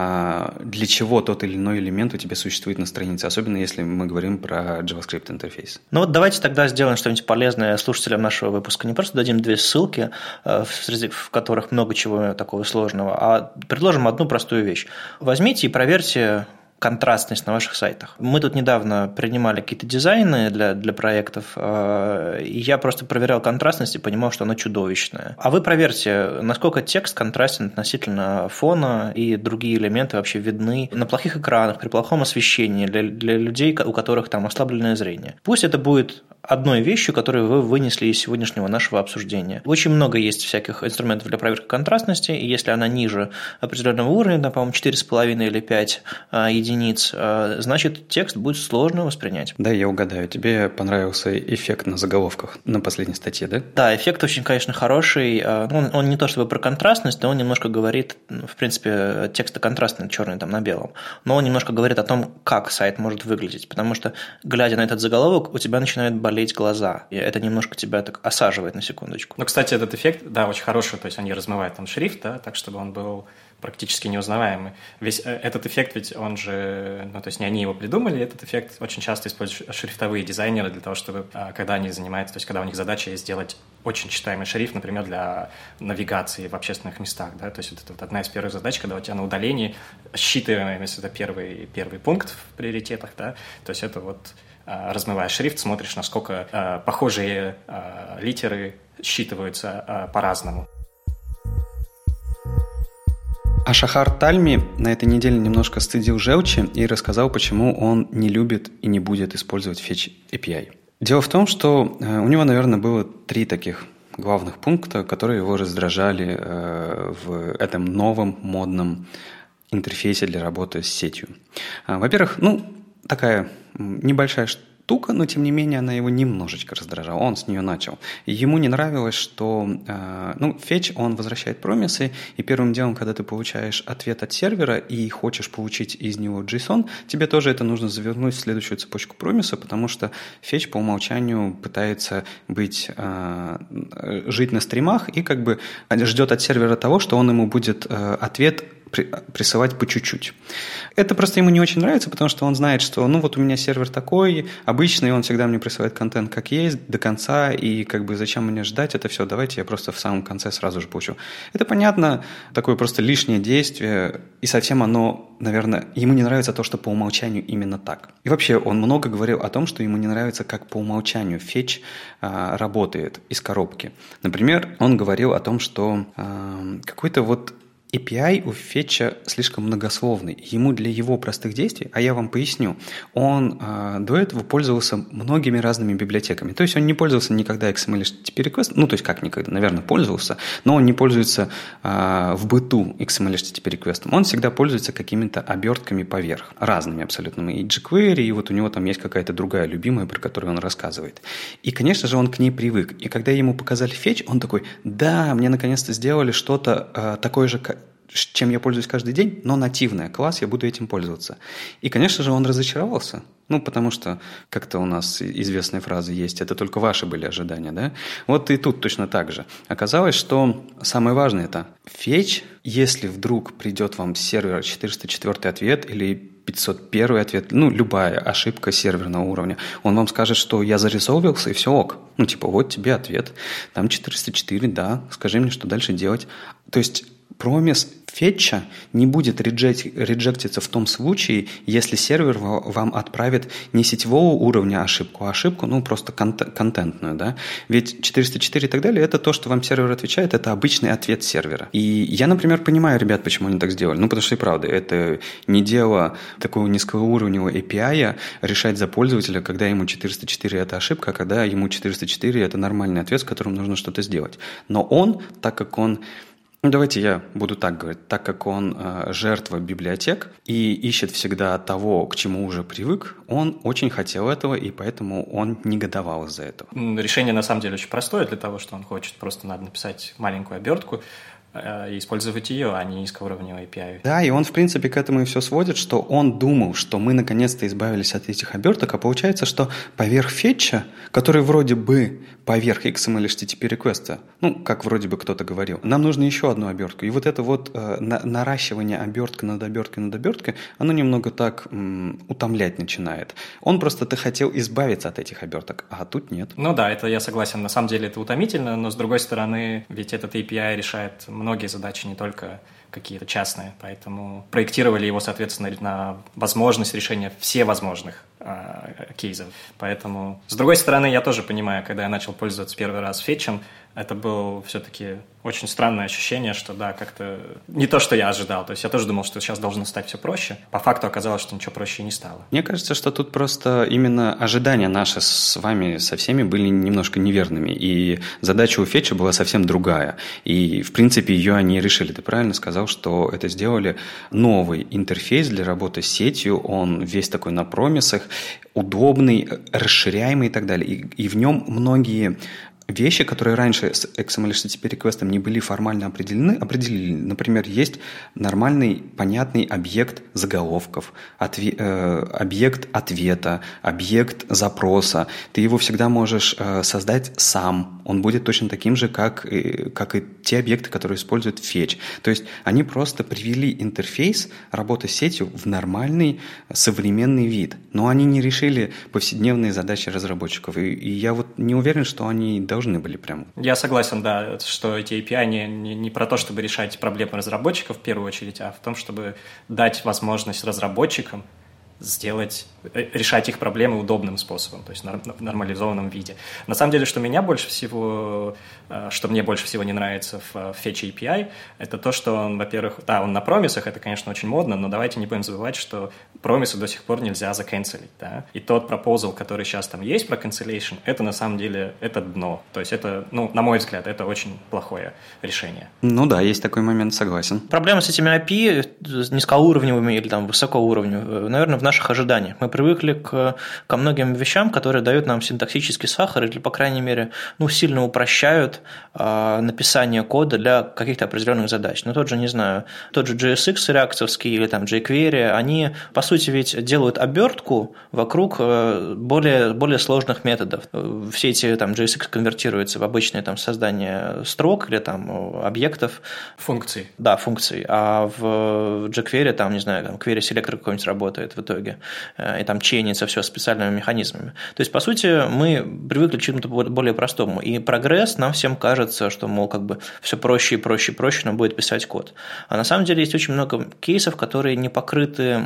для чего тот или иной элемент у тебя существует на странице, особенно если мы говорим про JavaScript интерфейс. Ну вот давайте тогда сделаем что-нибудь полезное слушателям нашего выпуска. Не просто дадим 2 ссылки, в которых много чего такого сложного, а предложим одну простую вещь. Возьмите и проверьте контрастность на ваших сайтах. Мы тут недавно принимали какие-то дизайны для проектов, и я просто проверял контрастность и понимал, что она чудовищная. А вы проверьте, насколько текст контрастен относительно фона и другие элементы вообще видны на плохих экранах, при плохом освещении, для людей, у которых там ослабленное зрение. Пусть это будет одной вещью, которую вы вынесли из сегодняшнего нашего обсуждения. Очень много есть всяких инструментов для проверки контрастности, и если она ниже определенного уровня, по-моему, 4,5 или 5 единиц, значит, текст будет сложно воспринять. Да, я угадаю. Тебе понравился эффект на заголовках на последней статье, да? Да, эффект очень, конечно, хороший. Он не то чтобы про контрастность, но он немножко говорит, в принципе, текст контрастный, черный там на белом, но он немножко говорит о том, как сайт может выглядеть, потому что, глядя на этот заголовок, у тебя начинают болеть глаза, и это немножко тебя так осаживает на секундочку. Ну, кстати, этот эффект, да, очень хороший, то есть они размывают там шрифт, да, так, чтобы он был практически неузнаваемый. Весь этот эффект, ведь он же, то есть не они его придумали, этот эффект очень часто используют шрифтовые дизайнеры для того, чтобы, когда они занимаются, то есть когда у них задача сделать очень читаемый шрифт, например, для навигации в общественных местах, да, то есть это вот одна из первых задач, когда у тебя на удалении считываемость, это первый пункт в приоритетах, да, то есть это вот размывая шрифт, смотришь, насколько похожие литеры считываются по-разному. А Шахар Тальми на этой неделе немножко стыдил желчи и рассказал, почему он не любит и не будет использовать Fetch API. Дело в том, что у него, наверное, было 3 таких главных пункта, которые его раздражали в этом новом модном интерфейсе для работы с сетью. Во-первых, такая небольшая штука, но тем не менее она его немножечко раздражала. Он с нее начал. И ему не нравилось, что Fetch, он возвращает промисы, и первым делом, когда ты получаешь ответ от сервера и хочешь получить из него JSON, тебе тоже это нужно завернуть в следующую цепочку промиса, потому что Fetch по умолчанию пытается жить на стримах и как бы ждет от сервера того, что он ему будет ответ присылать по чуть-чуть. Это просто ему не очень нравится, потому что он знает, что вот у меня сервер такой, обычный, он всегда мне присылает контент как есть, до конца, и как бы зачем мне ждать это все, давайте я просто в самом конце сразу же получу. Это понятно, такое просто лишнее действие, и совсем оно, наверное, ему не нравится то, что по умолчанию именно так. И вообще он много говорил о том, что ему не нравится, как по умолчанию Fetch работает из коробки. Например, он говорил о том, что какой-то API у Fetch слишком многословный. Ему для его простых действий, а я вам поясню, он до этого пользовался многими разными библиотеками. То есть он не пользовался никогда XML HTTP request, то есть как никогда, наверное, пользовался, но он не пользуется в быту XML HTTP request. Он всегда пользуется какими-то обертками поверх, разными абсолютно. И jQuery, и у него там есть какая-то другая любимая, про которую он рассказывает. И, конечно же, он к ней привык. И когда ему показали Fetch, он такой, да, мне наконец-то сделали что-то такое же, чем я пользуюсь каждый день, но нативное, класс, я буду этим пользоваться. И, конечно же, он разочаровался, потому что как-то у нас известная фраза есть, это только ваши были ожидания, да? Вот и тут точно так же. Оказалось, что самое важное это Fetch, если вдруг придет вам с сервера 404 ответ или 501 ответ, любая ошибка серверного уровня, он вам скажет, что я зарезолвился, и все ок. Вот тебе ответ, там 404, да, скажи мне, что дальше делать. То есть промис фетча не будет реджектиться в том случае, если сервер вам отправит не сетевого уровня ошибку, а ошибку, просто контентную, да. Ведь 404 и так далее – это то, что вам сервер отвечает, это обычный ответ сервера. И я, например, понимаю, ребят, почему они так сделали. Потому что и правда, это не дело такого низкоуровневого API решать за пользователя, когда ему 404 – это ошибка, а когда ему 404 – это нормальный ответ, с которым нужно что-то сделать. Но он, так как он давайте я буду так говорить. Так как он жертва библиотек и ищет всегда того, к чему уже привык, он очень хотел этого, и поэтому он негодовал из-за этого. Решение на самом деле очень простое для того, что он хочет. Просто надо написать маленькую обертку и использовать ее, а не низкоуровневый API. Да, и он, в принципе, к этому и все сводит, что он думал, что мы наконец-то избавились от этих оберток, а получается, что поверх фетча, который вроде бы поверх XML HTTP реквеста, как вроде бы кто-то говорил, нам нужно еще одну обертку. И вот это вот наращивание обертка над оберткой над оберткой, оно немного так утомлять начинает. Он просто хотел избавиться от этих оберток, а тут нет. Да, это я согласен. На самом деле это утомительно, но с другой стороны, ведь этот API решает многие задачи, не только какие-то частные, поэтому проектировали его, соответственно, на возможность решения всевозможных кейсов. Поэтому, с другой стороны, я тоже понимаю, когда я начал пользоваться первый раз фетчем, это было все-таки очень странное ощущение, что да, как-то не то, что я ожидал. То есть я тоже думал, что сейчас должно стать все проще. По факту оказалось, что ничего проще не стало. Мне кажется, что тут просто именно ожидания наши с вами, со всеми, были немножко неверными. И задача у фетча была совсем другая. И, в принципе, ее они решили. Ты правильно сказал, что это сделали новый интерфейс для работы с сетью. Он весь такой на промисах, удобный, расширяемый и так далее. И в нем многие вещи, которые раньше с XML HTTP реквестом не были формально определили. Например, есть нормальный, понятный объект заголовков, объект ответа, объект запроса. Ты его всегда можешь создать сам. Он будет точно таким же, как и те объекты, которые использует Fetch. То есть они просто привели интерфейс работы с сетью в нормальный современный вид. Но они не решили повседневные задачи разработчиков. И я вот не уверен, что они должны были прям. Я согласен, да, что эти API не про то, чтобы решать проблемы разработчиков в первую очередь, а в том, чтобы дать возможность разработчикам решать их проблемы удобным способом, то есть в нормализованном виде. На самом деле, что мне больше всего не нравится в Fetch API, это то, что он, во-первых, да, он на промисах, это, конечно, очень модно, но давайте не будем забывать, что промисы до сих пор нельзя заканцелить, да, и тот пропозал, который сейчас там есть про cancellation, это на самом деле, это дно, то есть это, на мой взгляд, это очень плохое решение. Да, есть такой момент, согласен. Проблема с этими API, низкоуровневыми или там высокоуровневыми, наверное, в наших ожиданиях. Мы привыкли ко многим вещам, которые дают нам синтаксический сахар или, по крайней мере, сильно упрощают написание кода для каких-то определенных задач. Тот же JSX реакцевский или там jQuery, они, по сути, ведь делают обертку вокруг более сложных методов. Все эти там JSX конвертируются в обычное там создание строк или там объектов. Функций. Да, функций. А в jQuery там, не знаю, там query selector какой-нибудь работает в итоге. И там чейнится все специальными механизмами. То есть, по сути, мы привыкли к чему-то более простому. И прогресс нам всем кажется, что, мол, как бы все проще и проще и проще нам будет писать код. А на самом деле есть очень много кейсов, которые не покрыты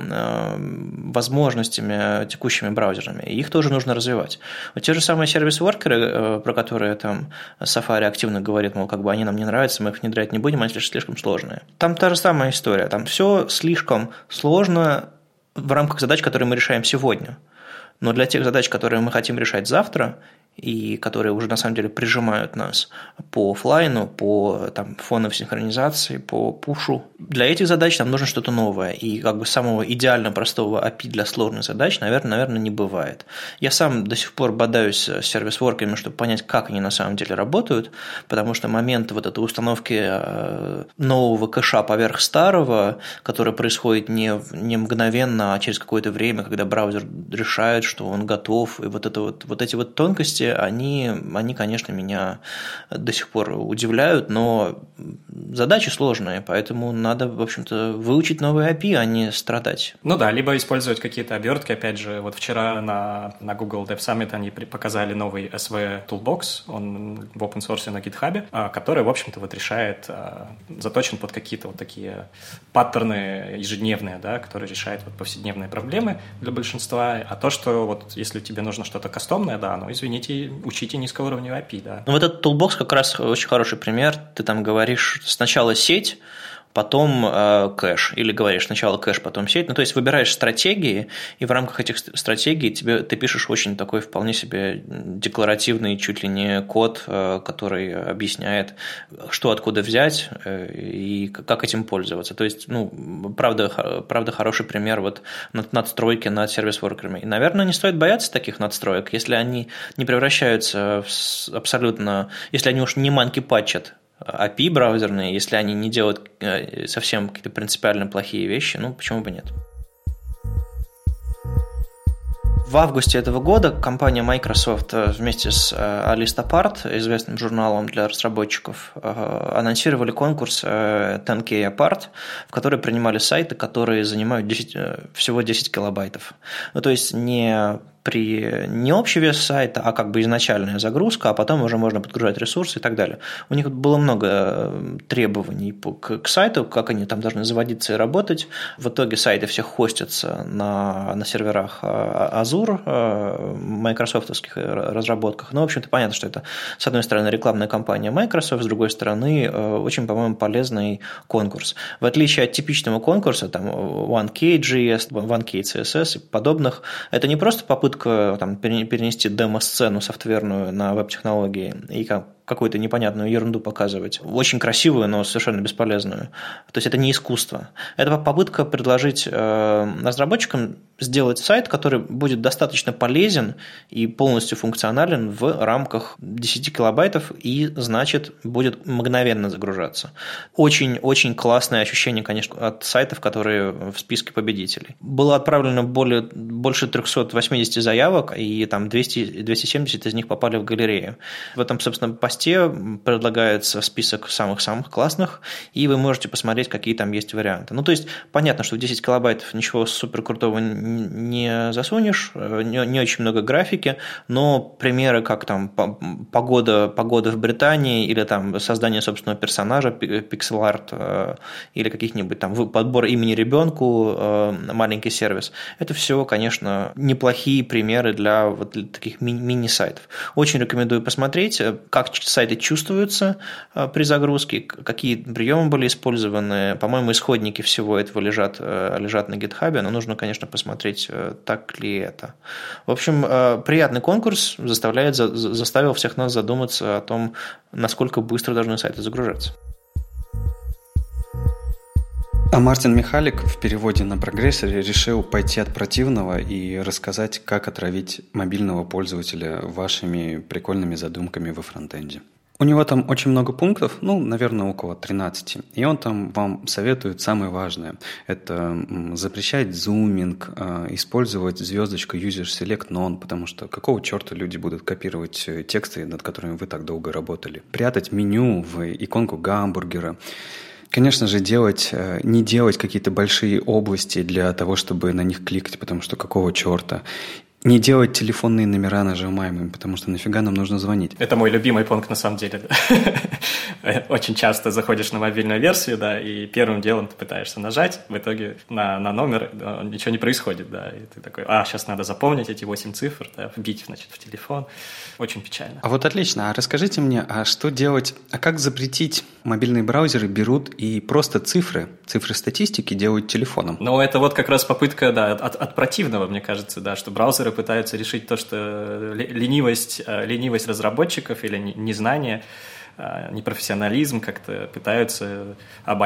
возможностями текущими браузерами. И их тоже нужно развивать. Вот те же самые сервис-воркеры, про которые там Safari активно говорит, мол, как бы они нам не нравятся, мы их внедрять не будем, они слишком сложные. Там та же самая история. Там все слишком сложно в рамках задач, которые мы решаем сегодня. Но для тех задач, которые мы хотим решать завтра, и которые уже на самом деле прижимают нас по офлайну, по там, фоновой синхронизации, по пушу. Для этих задач нам нужно что-то новое. И как бы самого идеально простого API для сложных задач, наверное, не бывает. Я сам до сих пор бодаюсь с сервис-воркерами, чтобы понять, как они на самом деле работают, потому что момент вот этой установки нового кэша поверх старого, который происходит не мгновенно, а через какое-то время, когда браузер решает, что он готов, и вот эти вот тонкости, возможности, они, конечно, меня до сих пор удивляют, но задачи сложные, поэтому надо, в общем-то, выучить новые API, а не страдать. Ну да, либо использовать какие-то обертки. Опять же, вот вчера на Google Dev Summit они показали новый SV Toolbox, он в open source на GitHub, который, в общем-то, вот решает, заточен под какие-то вот такие паттерны ежедневные, да, которые решают вот повседневные проблемы для большинства. А то, что вот если тебе нужно что-то кастомное, да, ну, извините, учите низкоуровневый API, да. Ну, вот этот Toolbox как раз очень хороший пример. Ты там говоришь сначала сеть, потом кэш, или говоришь сначала кэш, потом сеть. Ну, то есть выбираешь стратегии, и в рамках этих стратегий ты пишешь очень такой вполне себе декларативный, чуть ли не код, который объясняет, что откуда взять и как этим пользоваться. То есть, ну, правда хороший пример вот надстройки над сервис-воркерами. И, наверное, не стоит бояться таких надстроек, если они не превращаются в абсолютно, если они уж не манки-патчат API браузерные, если они не делают совсем какие-то принципиально плохие вещи, ну, почему бы нет? В августе этого года компания Microsoft вместе с Alistapart, известным журналом для разработчиков, анонсировали конкурс 10K Apart, в который принимали сайты, которые занимают всего 10 килобайтов. Ну, то есть не общий вес сайта, а как бы изначальная загрузка, а потом уже можно подгружать ресурсы и так далее. У них было много требований к сайту, как они там должны заводиться и работать. В итоге сайты все хостятся на серверах Azure, майкрософтовских разработках. Ну, в общем-то, понятно, что это, с одной стороны, рекламная кампания Microsoft, с другой стороны, очень, по-моему, полезный конкурс. В отличие от типичного конкурса, там, 1K.js, 1K.css и подобных, это не просто попытка там, перенести демо-сцену софтверную на веб-технологии и какую-то непонятную ерунду показывать. Очень красивую, но совершенно бесполезную. То есть это не искусство. Это попытка предложить разработчикам сделать сайт, который будет достаточно полезен и полностью функционален в рамках 10 килобайтов и, значит, будет мгновенно загружаться. Очень-очень классное ощущение, конечно, от сайтов, которые в списке победителей. Было отправлено больше 380 заявок, и там 270 из них попали в галерею. В этом, собственно, посте предлагается список самых-самых классных, и вы можете посмотреть, какие там есть варианты. Ну, то есть, понятно, что в 10 килобайтов ничего супер крутого не засунешь, не очень много графики, но примеры, как там погода в Британии, или там создание собственного персонажа, пиксель-арт, или каких-нибудь там подбор имени ребенку, маленький сервис, это все, конечно, неплохие примеры для вот таких мини-сайтов. Очень рекомендую посмотреть, как сайты чувствуются при загрузке, какие приемы были использованы. По-моему, исходники всего этого лежат на GitHub, но нужно, конечно, посмотреть, так ли это. В общем, приятный конкурс заставил всех нас задуматься о том, насколько быстро должны сайты загружаться. А Мартин Михалик в переводе на прогрессоре решил пойти от противного и рассказать, как отравить мобильного пользователя вашими прикольными задумками во фронтенде. У него там очень много пунктов, наверное, около 13. И он там вам советует самое важное. Это запрещать зуминг, использовать звездочку User Select None, потому что какого черта люди будут копировать тексты, над которыми вы так долго работали. Прятать меню в иконку гамбургера. Конечно же, не делать какие-то большие области для того, чтобы на них кликать, потому что какого черта. Не делать телефонные номера нажимаемыми, потому что нафига нам нужно звонить. Это мой любимый пункт на самом деле. Очень часто заходишь на мобильную версию, да, и первым делом ты пытаешься нажать, в итоге на номер ничего не происходит, да, и ты такой, сейчас надо запомнить эти 8 цифр, да, вбить, значит, в телефон. Очень печально. А вот отлично. А расскажите мне, что делать, как запретить? Мобильные браузеры берут и просто цифры статистики делают телефоном. Ну, это вот как раз попытка, да, от противного, мне кажется, да, что браузеры пытаются решить то, что ленивость разработчиков или незнание непрофессионализм, как-то пытаются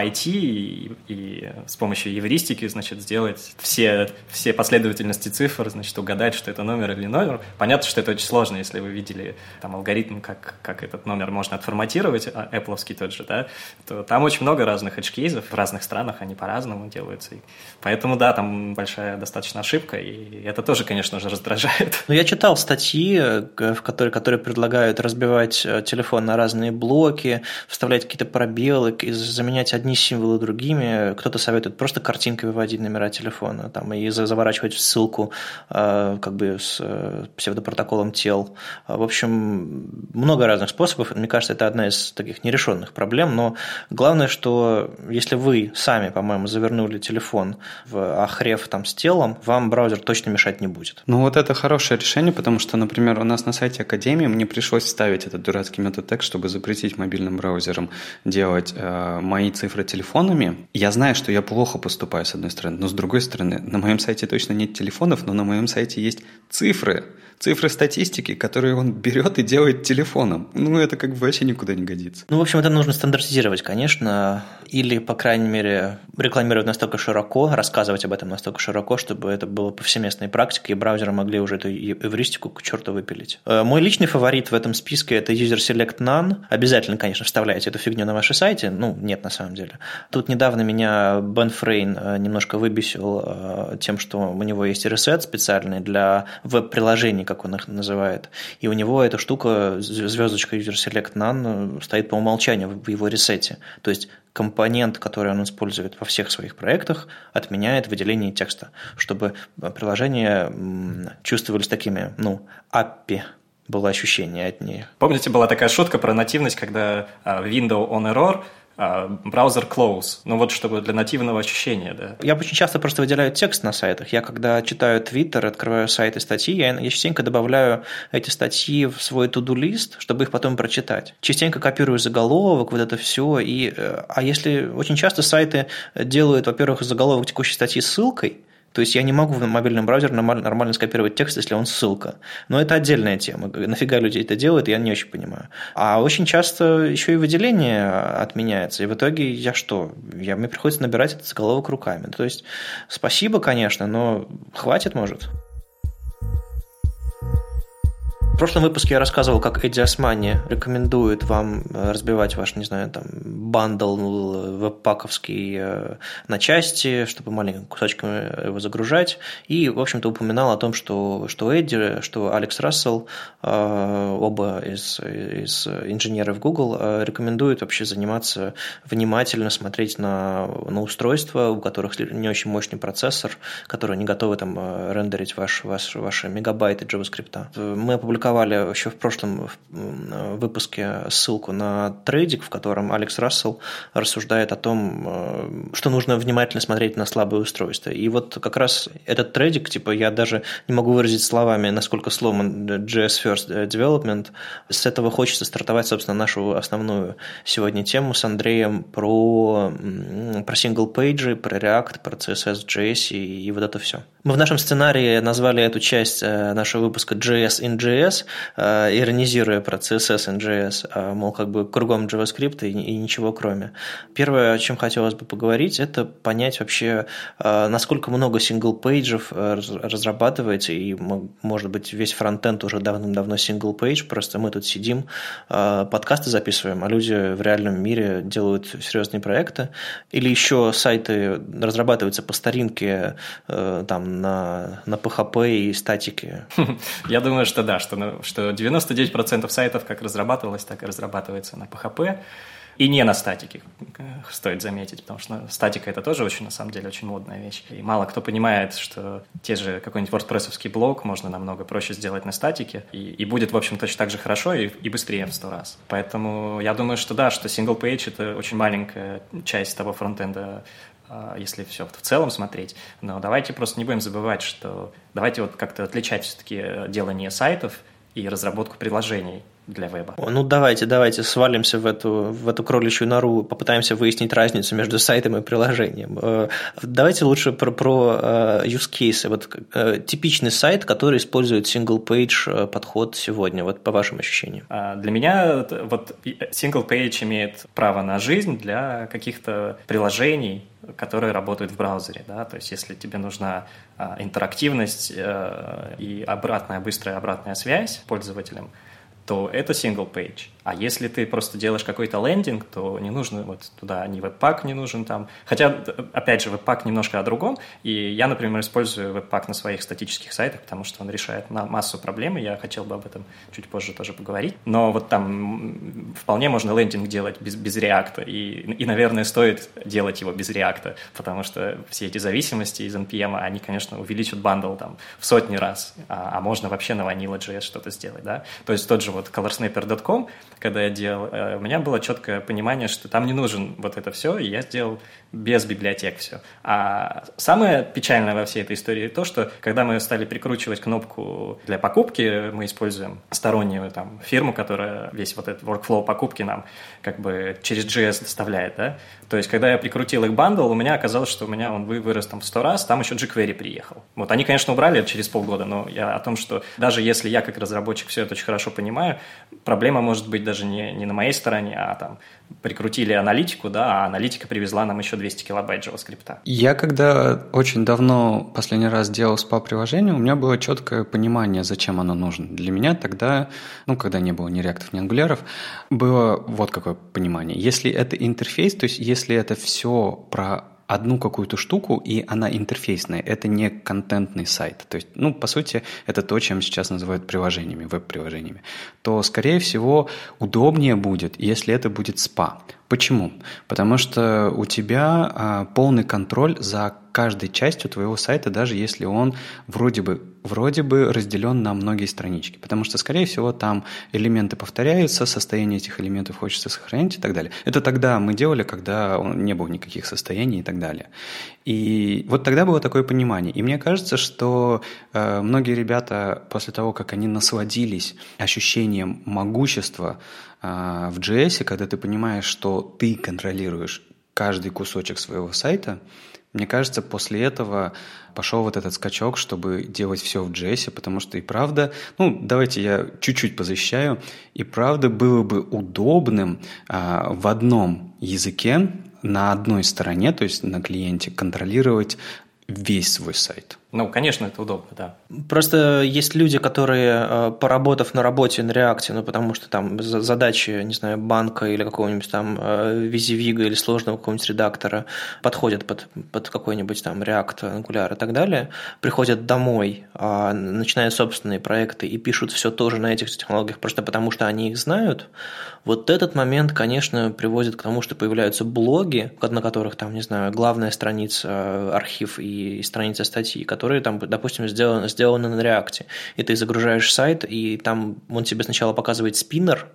обойти и с помощью эвристики, значит, сделать все последовательности цифр, значит, угадать, что это номер или номер. Понятно, что это очень сложно, если вы видели там алгоритм, как этот номер можно отформатировать, Apple-овский тот же, да, то там очень много разных edge-кейсов, в разных странах они по-разному делаются. И поэтому, да, там большая достаточно ошибка, и это тоже, конечно же, раздражает. Ну, я читал статьи, которые предлагают разбивать телефон на разные блоки, вставлять какие-то пробелы, заменять одни символы другими. Кто-то советует просто картинкой выводить номера телефона там, и заворачивать в ссылку как бы с псевдопротоколом тел. В общем, много разных способов. Мне кажется, это одна из таких нерешенных проблем, но главное, что если вы сами, по-моему, завернули телефон в ахреф там, с телом, вам браузер точно мешать не будет. Ну вот это хорошее решение, потому что, например, у нас на сайте Академии мне пришлось вставить этот дурацкий метод text, чтобы запретить мобильным браузерам делать мои цифры телефонами. Я знаю, что я плохо поступаю, с одной стороны, но с другой стороны, на моем сайте точно нет телефонов, но на моем сайте есть цифры статистики, которые он берет и делает телефоном. Ну, это как бы вообще никуда не годится. Ну, в общем, это нужно стандартизировать, конечно, или, по крайней мере, рекламировать настолько широко, рассказывать об этом настолько широко, чтобы это было повсеместной практикой, и браузеры могли уже эту эвристику к черту выпилить. Мой личный фаворит в этом списке – это User Select None. Обязательно, конечно, вставляйте эту фигню на вашем сайте. Ну, нет, на самом деле. Тут недавно меня Бен Фрейн немножко выбесил тем, что у него есть ресет специальный для веб-приложений, как он их называет. И у него эта штука, звездочка User Select None, стоит по умолчанию в его ресете. То есть компонент, который он использует во всех своих проектах, отменяет выделение текста, чтобы приложения чувствовались такими, API. Было ощущение от нее. Помните, была такая шутка про нативность, когда window on error, браузер close. Ну вот чтобы для нативного ощущения, да. Я очень часто просто выделяю текст на сайтах. Я когда читаю Twitter, открываю сайты, статьи, я частенько добавляю эти статьи в свой to-do-лист, чтобы их потом прочитать. Частенько копирую заголовок, вот это все. А если очень часто сайты делают, во-первых, заголовок текущей статьи ссылкой, то есть я не могу в мобильном браузере нормально скопировать текст, если он ссылка. Но это отдельная тема. Нафига люди это делают, я не очень понимаю. А очень часто еще и выделение отменяется. И в итоге мне приходится набирать этот заголовок руками. То есть спасибо, конечно, но хватит, может. В прошлом выпуске я рассказывал, как Эдди Османи рекомендует вам разбивать ваш, бандл веб-паковский на части, чтобы маленькими кусочками его загружать. И, в общем-то, упоминал о том, что Эдди, что Алекс Рассел, оба из инженеров Google, рекомендуют вообще заниматься внимательно, смотреть на устройства, у которых не очень мощный процессор, которые не готовы там рендерить ваши мегабайты JavaScript. Мы опубликовали еще в прошлом выпуске ссылку на трейдик, в котором Алекс Рассел рассуждает о том, что нужно внимательно смотреть на слабые устройства. И вот как раз этот трейдик, я даже не могу выразить словами, насколько сломан JS First Development. С этого хочется стартовать, собственно, нашу основную сегодня тему с Андреем про сингл-пейджи, про React, про CSS.js и вот это все. Мы в нашем сценарии назвали эту часть нашего выпуска JS in JS, иронизируя про CSS in JS, мол, как бы кругом JavaScript и ничего кроме. Первое, о чем хотелось бы поговорить, это понять вообще, насколько много сингл-пейджев разрабатывается, и, может быть, весь фронтенд уже давным-давно сингл-пейдж, просто мы тут сидим, подкасты записываем, а люди в реальном мире делают серьезные проекты, или еще сайты разрабатываются по старинке, там, на PHP и статике. Я думаю, что да, что 99% сайтов как разрабатывалось, так и разрабатывается на PHP. И не на статике, стоит заметить, потому что статика – это тоже очень, на самом деле, очень модная вещь. И мало кто понимает, что те же какой-нибудь WordPress-овский блог можно намного проще сделать на статике, и будет, в общем, точно так же хорошо и быстрее в 100 раз. Поэтому я думаю, что да, что single page – это очень маленькая часть того фронтенда, если все в целом смотреть. Но давайте просто не будем забывать, что давайте вот как-то отличать все-таки делание сайтов и разработку приложений. для веба. Ну, давайте свалимся в эту кроличью нору, попытаемся выяснить разницу между сайтом и приложением. Давайте лучше про use cases. Вот типичный сайт, который использует single-page подход сегодня, вот по вашим ощущениям. Для меня вот single-page имеет право на жизнь для каких-то приложений, которые работают в браузере, да, то есть если тебе нужна интерактивность и быстрая обратная связь пользователям, то это single page. А если ты просто делаешь какой-то лендинг, то не нужно вот туда ни веб-пак не нужен там. Хотя, опять же, веб-пак немножко о другом. И я, например, использую веб-пак на своих статических сайтах, потому что он решает массу проблем, и я хотел бы об этом чуть позже тоже поговорить. Но вот там вполне можно лендинг делать без React, и, наверное, стоит делать его без React, потому что все эти зависимости из NPM, они, конечно, увеличат бандл там в сотни раз, а можно вообще на Vanilla.js что-то сделать, да. То есть тот же вот colorsnapper.com, когда я делал, у меня было четкое понимание, что там не нужен вот это все, и я сделал без библиотек все. А самое печальное во всей этой истории то, что когда мы стали прикручивать кнопку для покупки, мы используем стороннюю там фирму, которая весь вот этот workflow покупки нам как бы через JS доставляет, да. То есть, когда я прикрутил их бандл, у меня оказалось, что у меня он вырос там в 100 раз, там еще jQuery приехал. Вот они, конечно, убрали это через полгода, но я о том, что даже если я как разработчик все это очень хорошо понимаю, проблема может быть даже не на моей стороне, а там прикрутили аналитику, да, а аналитика привезла нам еще 200 килобайт JavaScript. Я когда очень давно последний раз делал SPA-приложение, у меня было четкое понимание, зачем оно нужно. Для меня тогда, когда не было ни реактов, ни ангуляров, было вот какое понимание. Если это интерфейс, то есть если это все про одну какую-то штуку, и она интерфейсная, это не контентный сайт. То есть, по сути, это то, чем сейчас называют приложениями, веб-приложениями. То, скорее всего, удобнее будет, если это будет SPA. Почему? Потому что у тебя полный контроль за каждой частью твоего сайта, даже если он вроде бы разделен на многие странички. Потому что, скорее всего, там элементы повторяются, состояние этих элементов хочется сохранить и так далее. Это тогда мы делали, когда не было никаких состояний и так далее. И вот тогда было такое понимание. И мне кажется, что многие ребята после того, как они насладились ощущением могущества в JS, когда ты понимаешь, что ты контролируешь каждый кусочек своего сайта, мне кажется, после этого пошел вот этот скачок, чтобы делать все в JS, потому что и правда, давайте я чуть-чуть позащищаю, и правда было бы удобным в одном языке на одной стороне, то есть на клиенте, контролировать весь свой сайт. Конечно, это удобно, да. Просто есть люди, которые, поработав на работе на React, потому что там задачи, не знаю, банка или какого-нибудь там визивига или сложного какого-нибудь редактора подходят под какой-нибудь там React, Angular и так далее, приходят домой, начинают собственные проекты и пишут все тоже на этих технологиях просто потому, что они их знают. Вот этот момент, конечно, приводит к тому, что появляются блоги, на которых там, не знаю, главная страница, архив и страница статьи, которые там, допустим, сделаны на React. И ты загружаешь сайт, и там он тебе сначала показывает спиннер,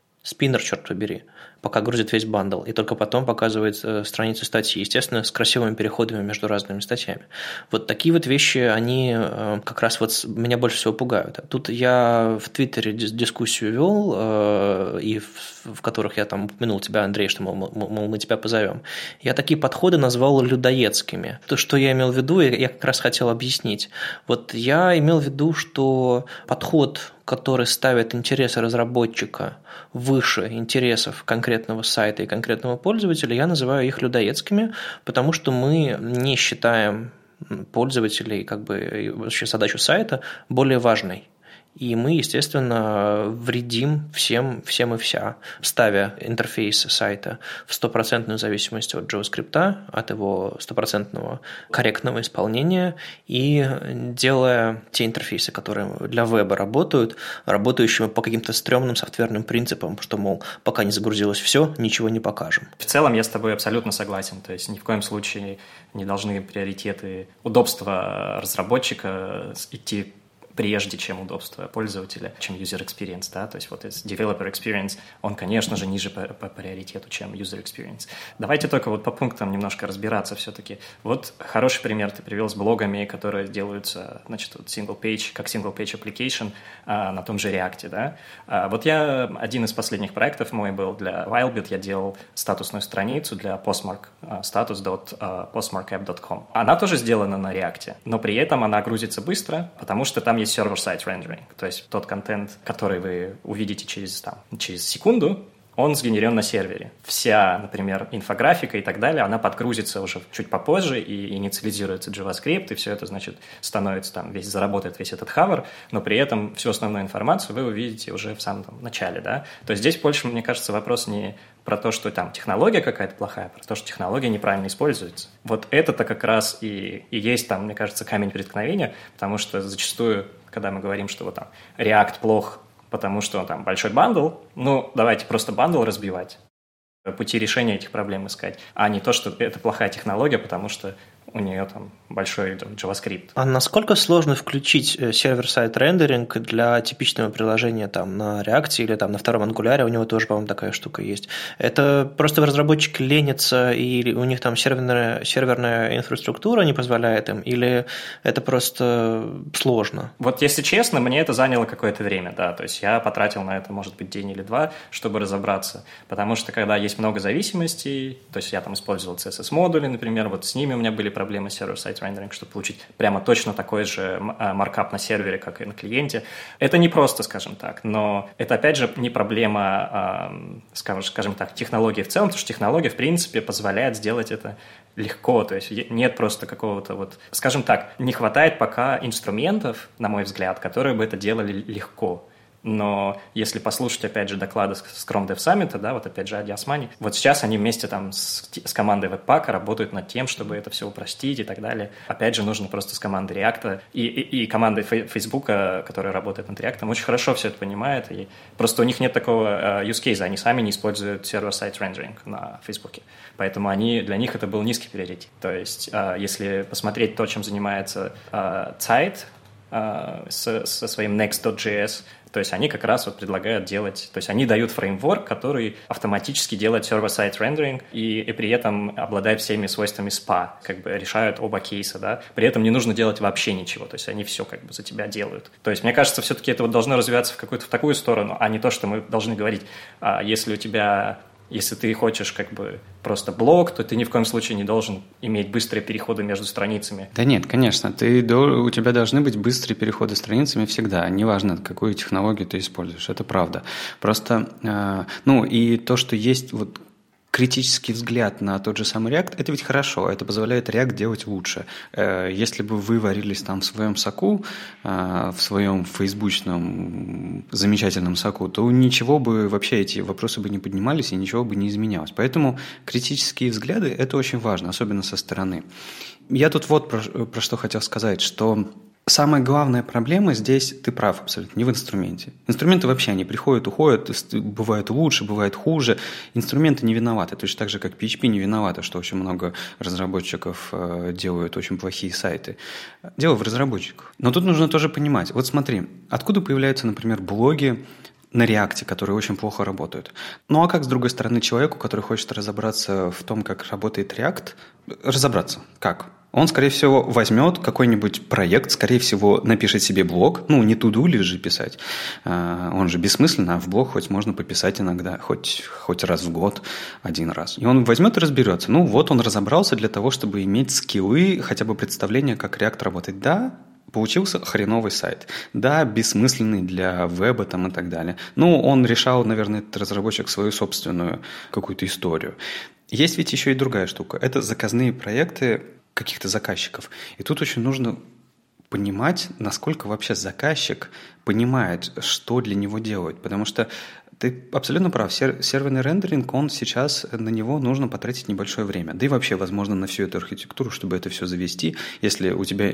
черт побери, пока грузит весь бандл, и только потом показывает страницу статьи, естественно, с красивыми переходами между разными статьями. Вот такие вот вещи, они как раз вот меня больше всего пугают. Тут я в Твиттере дискуссию вел, и в которых я там упомянул тебя, Андрей, что, мол, мы тебя позовем. Я такие подходы назвал людоедскими. То, что я имел в виду, я как раз хотел объяснить. Вот я имел в виду, что подход, который ставит интересы разработчика выше интересов конкретного сайта и конкретного пользователя, я называю их людоедскими, потому что мы не считаем пользователей, вообще задачу сайта более важной. И мы, естественно, вредим всем и вся, ставя интерфейс сайта в 100% зависимость от JavaScript, от его 100% корректного исполнения, и делая те интерфейсы, которые для веба работающими по каким-то стрёмным софтверным принципам, что, мол, пока не загрузилось все, ничего не покажем. В целом я с тобой абсолютно согласен. То есть ни в коем случае не должны приоритеты удобства разработчика идти прежде, чем удобство пользователя, чем user experience, да, то есть вот developer experience, он, конечно же, ниже по приоритету, чем user experience. Давайте только вот по пунктам немножко разбираться все-таки. Вот хороший пример ты привел с блогами, которые делаются, значит, вот single page, как single page application на том же React, да. Вот я, один из последних проектов мой был для Wildbit, я делал статусную страницу для Postmark, status.postmarkapp.com. Она тоже сделана на React, но при этом она грузится быстро, потому что там есть server-side rendering, то есть тот контент, который вы увидите через секунду, он сгенерен на сервере. Вся, например, инфографика и так далее, она подгрузится уже чуть попозже и инициализируется JavaScript, и все это, значит, становится там, заработает весь этот хавер, но при этом всю основную информацию вы увидите уже в самом начале, да. То есть здесь больше, мне кажется, вопрос не про то, что там технология какая-то плохая, а про то, что технология неправильно используется. Вот это-то как раз и есть там, мне кажется, камень преткновения, потому что зачастую, когда мы говорим, что вот там React плох, потому что там большой бандл, ну, давайте просто бандл разбивать, пути решения этих проблем искать, а не то, что это плохая технология, потому что у нее там большой JavaScript. А насколько сложно включить сервер-сайд рендеринг для типичного приложения там на React или там на втором Angular, у него тоже, по-моему, такая штука есть. Это просто разработчики ленятся, или у них там серверная инфраструктура не позволяет им, или это просто сложно? Вот если честно, мне это заняло какое-то время, да, то есть я потратил на это, может быть, день или два, чтобы разобраться, потому что когда есть много зависимостей, то есть я там использовал CSS-модули, например, вот с ними у меня были проблемы с server-side rendering, чтобы получить прямо точно такой же маркап на сервере, как и на клиенте. Это не просто, скажем так, но это, опять же, не проблема, скажем так, технологии в целом, потому что технология, в принципе, позволяет сделать это легко, то есть нет просто какого-то вот, скажем так, не хватает пока инструментов, на мой взгляд, которые бы это делали легко. Но если послушать, опять же, доклады с Chrome Dev Summit, да, вот опять же Ади Османи, вот сейчас они вместе там с командой Webpack работают над тем, чтобы это все упростить и так далее. Опять же, нужно просто с командой React и командой Facebook, которая работает над React, очень хорошо все это понимает, и просто у них нет такого use case, они сами не используют server-side rendering на Facebook, поэтому для них это был низкий приоритет. То есть, если посмотреть то, чем занимается Zeit со своим Next.js, то есть они как раз вот предлагают делать, то есть они дают фреймворк, который автоматически делает server-side rendering и при этом обладает всеми свойствами SPA, как бы решают оба кейса, да, при этом не нужно делать вообще ничего, то есть они все как бы за тебя делают. То есть мне кажется, все-таки это вот должно развиваться в какую-то в такую сторону, а не то, что мы должны говорить, если ты хочешь как бы просто блог, то ты ни в коем случае не должен иметь быстрые переходы между страницами. Да нет, конечно, у тебя должны быть быстрые переходы страницами всегда, неважно, какую технологию ты используешь, это правда. Просто, и то, что есть вот критический взгляд на тот же самый React, это ведь хорошо, это позволяет React делать лучше. Если бы вы варились там в своем соку, в своем фейсбучном замечательном соку, то ничего бы, вообще эти вопросы бы не поднимались и ничего бы не изменялось. Поэтому критические взгляды – это очень важно, особенно со стороны. Я тут вот про что хотел сказать, что самая главная проблема здесь, ты прав абсолютно, не в инструменте. Инструменты вообще, они приходят, уходят, бывают лучше, бывает хуже. Инструменты не виноваты, точно так же, как PHP не виновата, что очень много разработчиков делают очень плохие сайты. Дело в разработчиках. Но тут нужно тоже понимать. Вот смотри, откуда появляются, например, блоги на React, которые очень плохо работают. Ну а как, с другой стороны, человеку, который хочет разобраться в том, как работает React, разобраться? Как? Он, скорее всего, возьмет какой-нибудь проект, скорее всего, напишет себе блог, не to-do лишь же писать, он же бессмысленно, а в блог хоть можно пописать иногда, хоть раз в год, один раз. И он возьмет и разберется. Вот он разобрался для того, чтобы иметь скиллы, хотя бы представление, как React работает. Да, получился хреновый сайт. Да, бессмысленный для веба там и так далее. Он решал, наверное, этот разработчик свою собственную какую-то историю. Есть ведь еще и другая штука. Это заказные проекты каких-то заказчиков. И тут очень нужно понимать, насколько вообще заказчик понимает, что для него делают. Потому что ты абсолютно прав. Серверный рендеринг, сейчас на него нужно потратить небольшое время. Да и вообще, возможно, на всю эту архитектуру, чтобы это все завести, если у тебя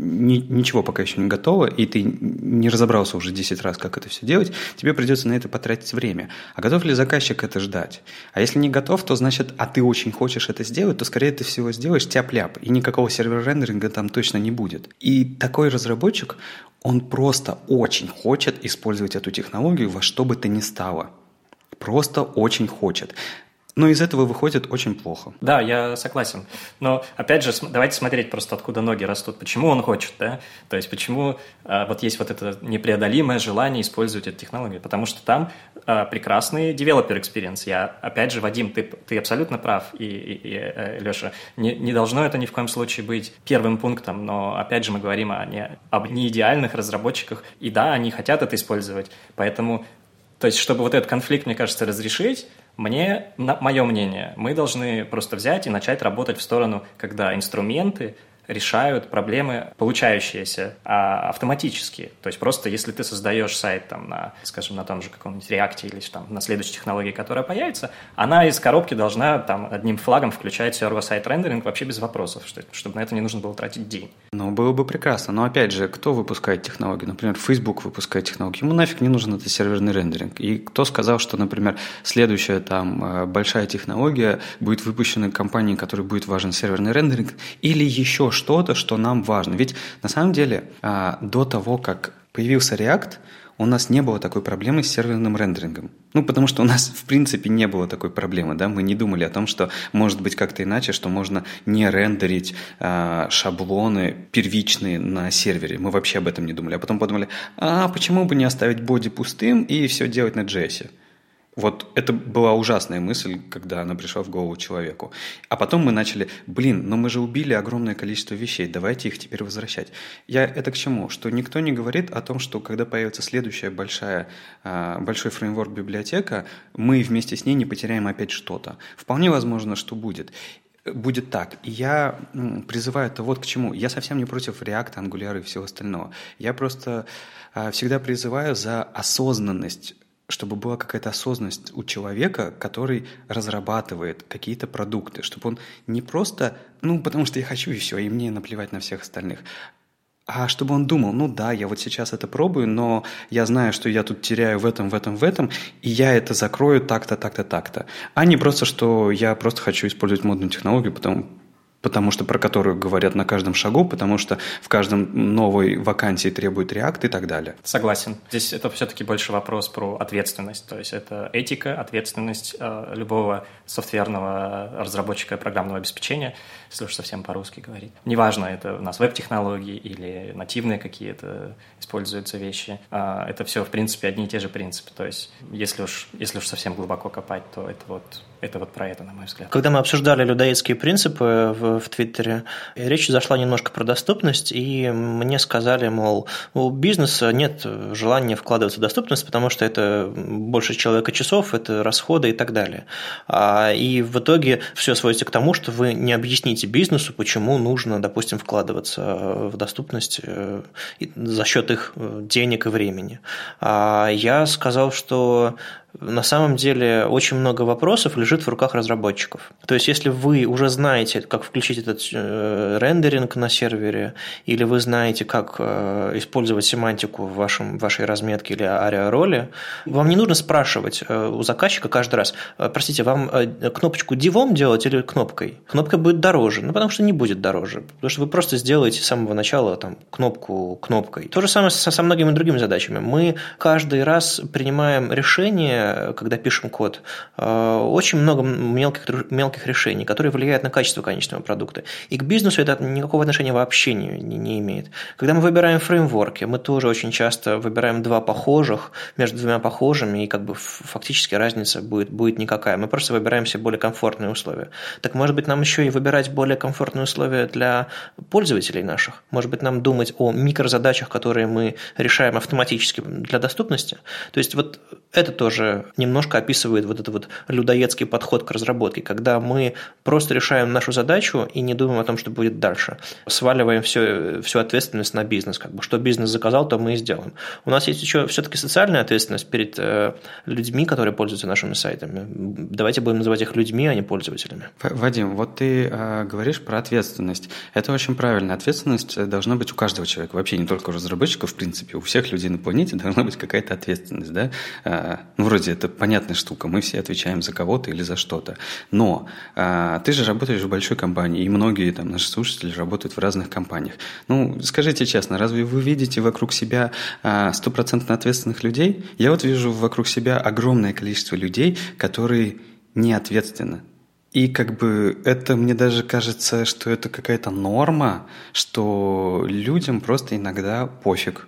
ничего пока еще не готово, и ты не разобрался уже 10 раз, как это все делать, тебе придется на это потратить время. А готов ли заказчик это ждать? А если не готов, то значит, ты очень хочешь это сделать, то скорее ты всего сделаешь тяп-ляп, и никакого сервер-рендеринга там точно не будет. И такой разработчик, Он просто очень хочет использовать эту технологию во что бы то ни стало. Просто очень хочет. Но из этого выходит очень плохо. Да, я согласен. Но, опять же, давайте смотреть просто, откуда ноги растут. Почему он хочет, да? То есть, почему вот есть вот это непреодолимое желание использовать эту технологию? Потому что там прекрасный developer experience. Опять же, Вадим, ты абсолютно прав, и Леша, не должно это ни в коем случае быть первым пунктом, но, опять же, мы говорим об неидеальных разработчиках, и да, они хотят это использовать, поэтому, то есть, чтобы вот этот конфликт, мне кажется, разрешить, мое мнение, мы должны просто взять и начать работать в сторону, когда инструменты решают проблемы, получающиеся автоматически. То есть просто если ты создаешь сайт там, скажем, на том же каком-нибудь React или там, на следующей технологии, которая появится, она из коробки должна там, одним флагом включать сервер-сайт рендеринг вообще без вопросов, чтобы на это не нужно было тратить день. Ну, было бы прекрасно. Но опять же, кто выпускает технологии? Например, Facebook выпускает технологии. Ему нафиг не нужен этот серверный рендеринг. И кто сказал, что, например, следующая там большая технология будет выпущена компанией, которой будет важен серверный рендеринг, или еще что-то, что нам важно. Ведь на самом деле до того, как появился React, у нас не было такой проблемы с серверным рендерингом. Ну, потому что у нас, в принципе, не было такой проблемы, да, мы не думали о том, что может быть как-то иначе, что можно не рендерить шаблоны первичные на сервере. Мы вообще об этом не думали. А потом подумали, почему бы не оставить боди пустым и все делать на JS? Вот это была ужасная мысль, когда она пришла в голову человеку. А потом мы начали, но мы же убили огромное количество вещей, давайте их теперь возвращать. Это к чему? Что никто не говорит о том, что когда появится следующая большой фреймворк библиотека, мы вместе с ней не потеряем опять что-то. Вполне возможно, что будет. Будет так. И я призываю это вот к чему. Я совсем не против React, Angular и всего остального. Я просто всегда призываю за осознанность, чтобы была какая-то осознанность у человека, который разрабатывает какие-то продукты, чтобы он не просто, потому что я хочу и все, и мне наплевать на всех остальных, а чтобы он думал, я вот сейчас это пробую, но я знаю, что я тут теряю в этом, и я это закрою так-то, так-то, так-то. А не просто, что я просто хочу использовать модную технологию, потому что про которую говорят на каждом шагу, потому что в каждом новой вакансии требует React и так далее. Согласен. Здесь это все-таки больше вопрос про ответственность. То есть это этика, ответственность любого софтверного разработчика программного обеспечения, если уж совсем по-русски говорить. Неважно, это у нас веб-технологии или нативные какие-то используются вещи. Это все, в принципе, одни и те же принципы. То есть если уж совсем глубоко копать, то это вот про это, на мой взгляд. Когда мы обсуждали людоедские принципы в Твиттере, речь зашла немножко про доступность, и мне сказали, мол, у бизнеса нет желания вкладываться в доступность, потому что это больше человека часов, это расходы и так далее. И в итоге все сводится к тому, что вы не объясните бизнесу, почему нужно, допустим, вкладываться в доступность за счет их денег и времени. Я сказал, что на самом деле очень много вопросов лежит в руках разработчиков. То есть, если вы уже знаете, как включить этот рендеринг на сервере, или вы знаете, как использовать семантику в вашей разметке или ARIA-роли, вам не нужно спрашивать у заказчика каждый раз, простите, вам кнопочку дивом делать или кнопкой? Кнопка будет дороже, потому что не будет дороже, потому что вы просто сделаете с самого начала кнопку кнопкой. То же самое со многими другими задачами. Мы каждый раз принимаем решение, когда пишем код, очень много мелких решений, которые влияют на качество конечного продукта. И к бизнесу это никакого отношения вообще не имеет. Когда мы выбираем фреймворки, мы тоже очень часто выбираем между двумя похожими, и фактически разница будет никакая. Мы просто выбираем себе более комфортные условия. Так может быть, нам еще и выбирать более комфортные условия для пользователей наших? Может быть, нам думать о микрозадачах, которые мы решаем автоматически для доступности? То есть вот это тоже немножко описывает вот этот людоедский подход к разработке, когда мы просто решаем нашу задачу и не думаем о том, что будет дальше. Сваливаем всю ответственность на бизнес. Что бизнес заказал, то мы и сделаем. У нас есть еще все-таки социальная ответственность перед людьми, которые пользуются нашими сайтами. Давайте будем называть их людьми, а не пользователями. Вадим, вот ты говоришь про ответственность. Это очень правильно. Ответственность должна быть у каждого человека. Вообще не только у разработчиков, в принципе. У всех людей на планете должна быть какая-то ответственность. Да? Вроде вроде это понятная штука, мы все отвечаем за кого-то или за что-то. Но ты же работаешь в большой компании, и многие там наши слушатели работают в разных компаниях. Ну, скажите честно, разве вы видите вокруг себя 100% ответственных людей? Я вот вижу вокруг себя огромное количество людей, которые не ответственны. И как бы это мне даже кажется, что это какая-то норма, что людям просто иногда пофиг.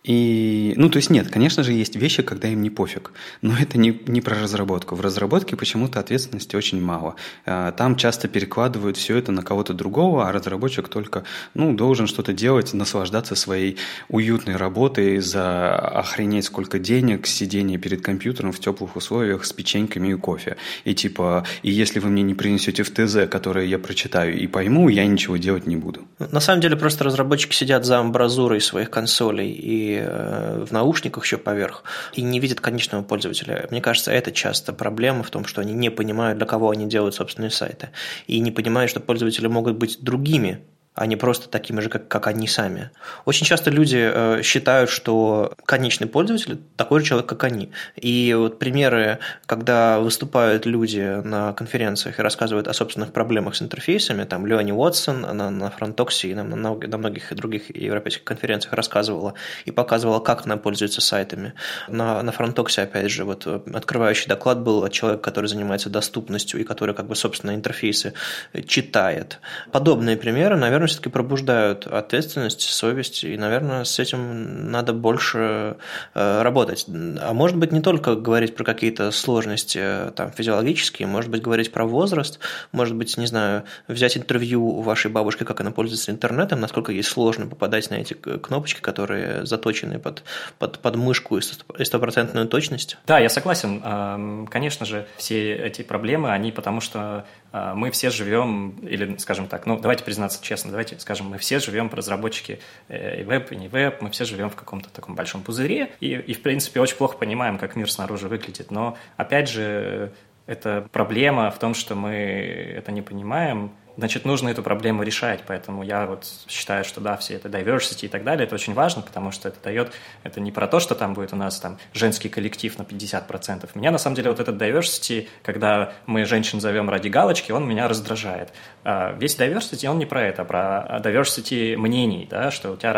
И, ну, то есть нет, конечно же, есть вещи, когда им не пофиг, но это не про разработку. В разработке почему-то ответственности очень мало. Там часто перекладывают все это на кого-то другого, а разработчик только, ну, должен что-то делать, наслаждаться своей уютной работой за охренеть сколько денег, сидение перед компьютером в теплых условиях с печеньками и кофе. И типа, и если вы мне не принесете в ТЗ, которое я прочитаю и пойму, я ничего делать не буду. На самом деле просто разработчики сидят за амбразурой своих консолей и в наушниках еще поверх, и не видят конечного пользователя. Мне кажется, это часто проблема в том, что они не понимают, для кого они делают собственные сайты, и не понимают, что пользователи могут быть другими, а не просто такими же, как они сами. Очень часто люди считают, что конечный пользователь такой же человек, как они. И вот примеры, когда выступают люди на конференциях и рассказывают о собственных проблемах с интерфейсами, там Леони Уотсон на Фронтоксе и на многих других европейских конференциях рассказывала и показывала, как она пользуется сайтами. На Фронтоксе, опять же, вот открывающий доклад был от человека, который занимается доступностью и который как бы собственно интерфейсы читает. Подобные примеры, наверное, все-таки пробуждают ответственность, совесть, и, наверное, с этим надо больше работать. А может быть, не только говорить про какие-то сложности там, физиологические, может быть, говорить про возраст, может быть, не знаю, взять интервью у вашей бабушки, как она пользуется интернетом, насколько ей сложно попадать на эти кнопочки, которые заточены под мышку и 100% точность. Да, я согласен. Конечно же, все эти проблемы, они потому что мы все живем, или, скажем так, ну, давайте признаться честно, давайте скажем, мы все живем, разработчики и веб, и не веб, мы все живем в каком-то таком большом пузыре и, в принципе, очень плохо понимаем, как мир снаружи выглядит. Но, опять же, это проблема в том, что мы это не понимаем. Значит, нужно эту проблему решать, поэтому я вот считаю, что да, все это diversity и так далее, это очень важно, потому что это дает, это не про то, что там будет у нас там женский коллектив на 50%. Меня на самом деле вот этот diversity, когда мы женщин зовем ради галочки, он меня раздражает. Весь diversity, он не про это, а про diversity мнений, да, что у тебя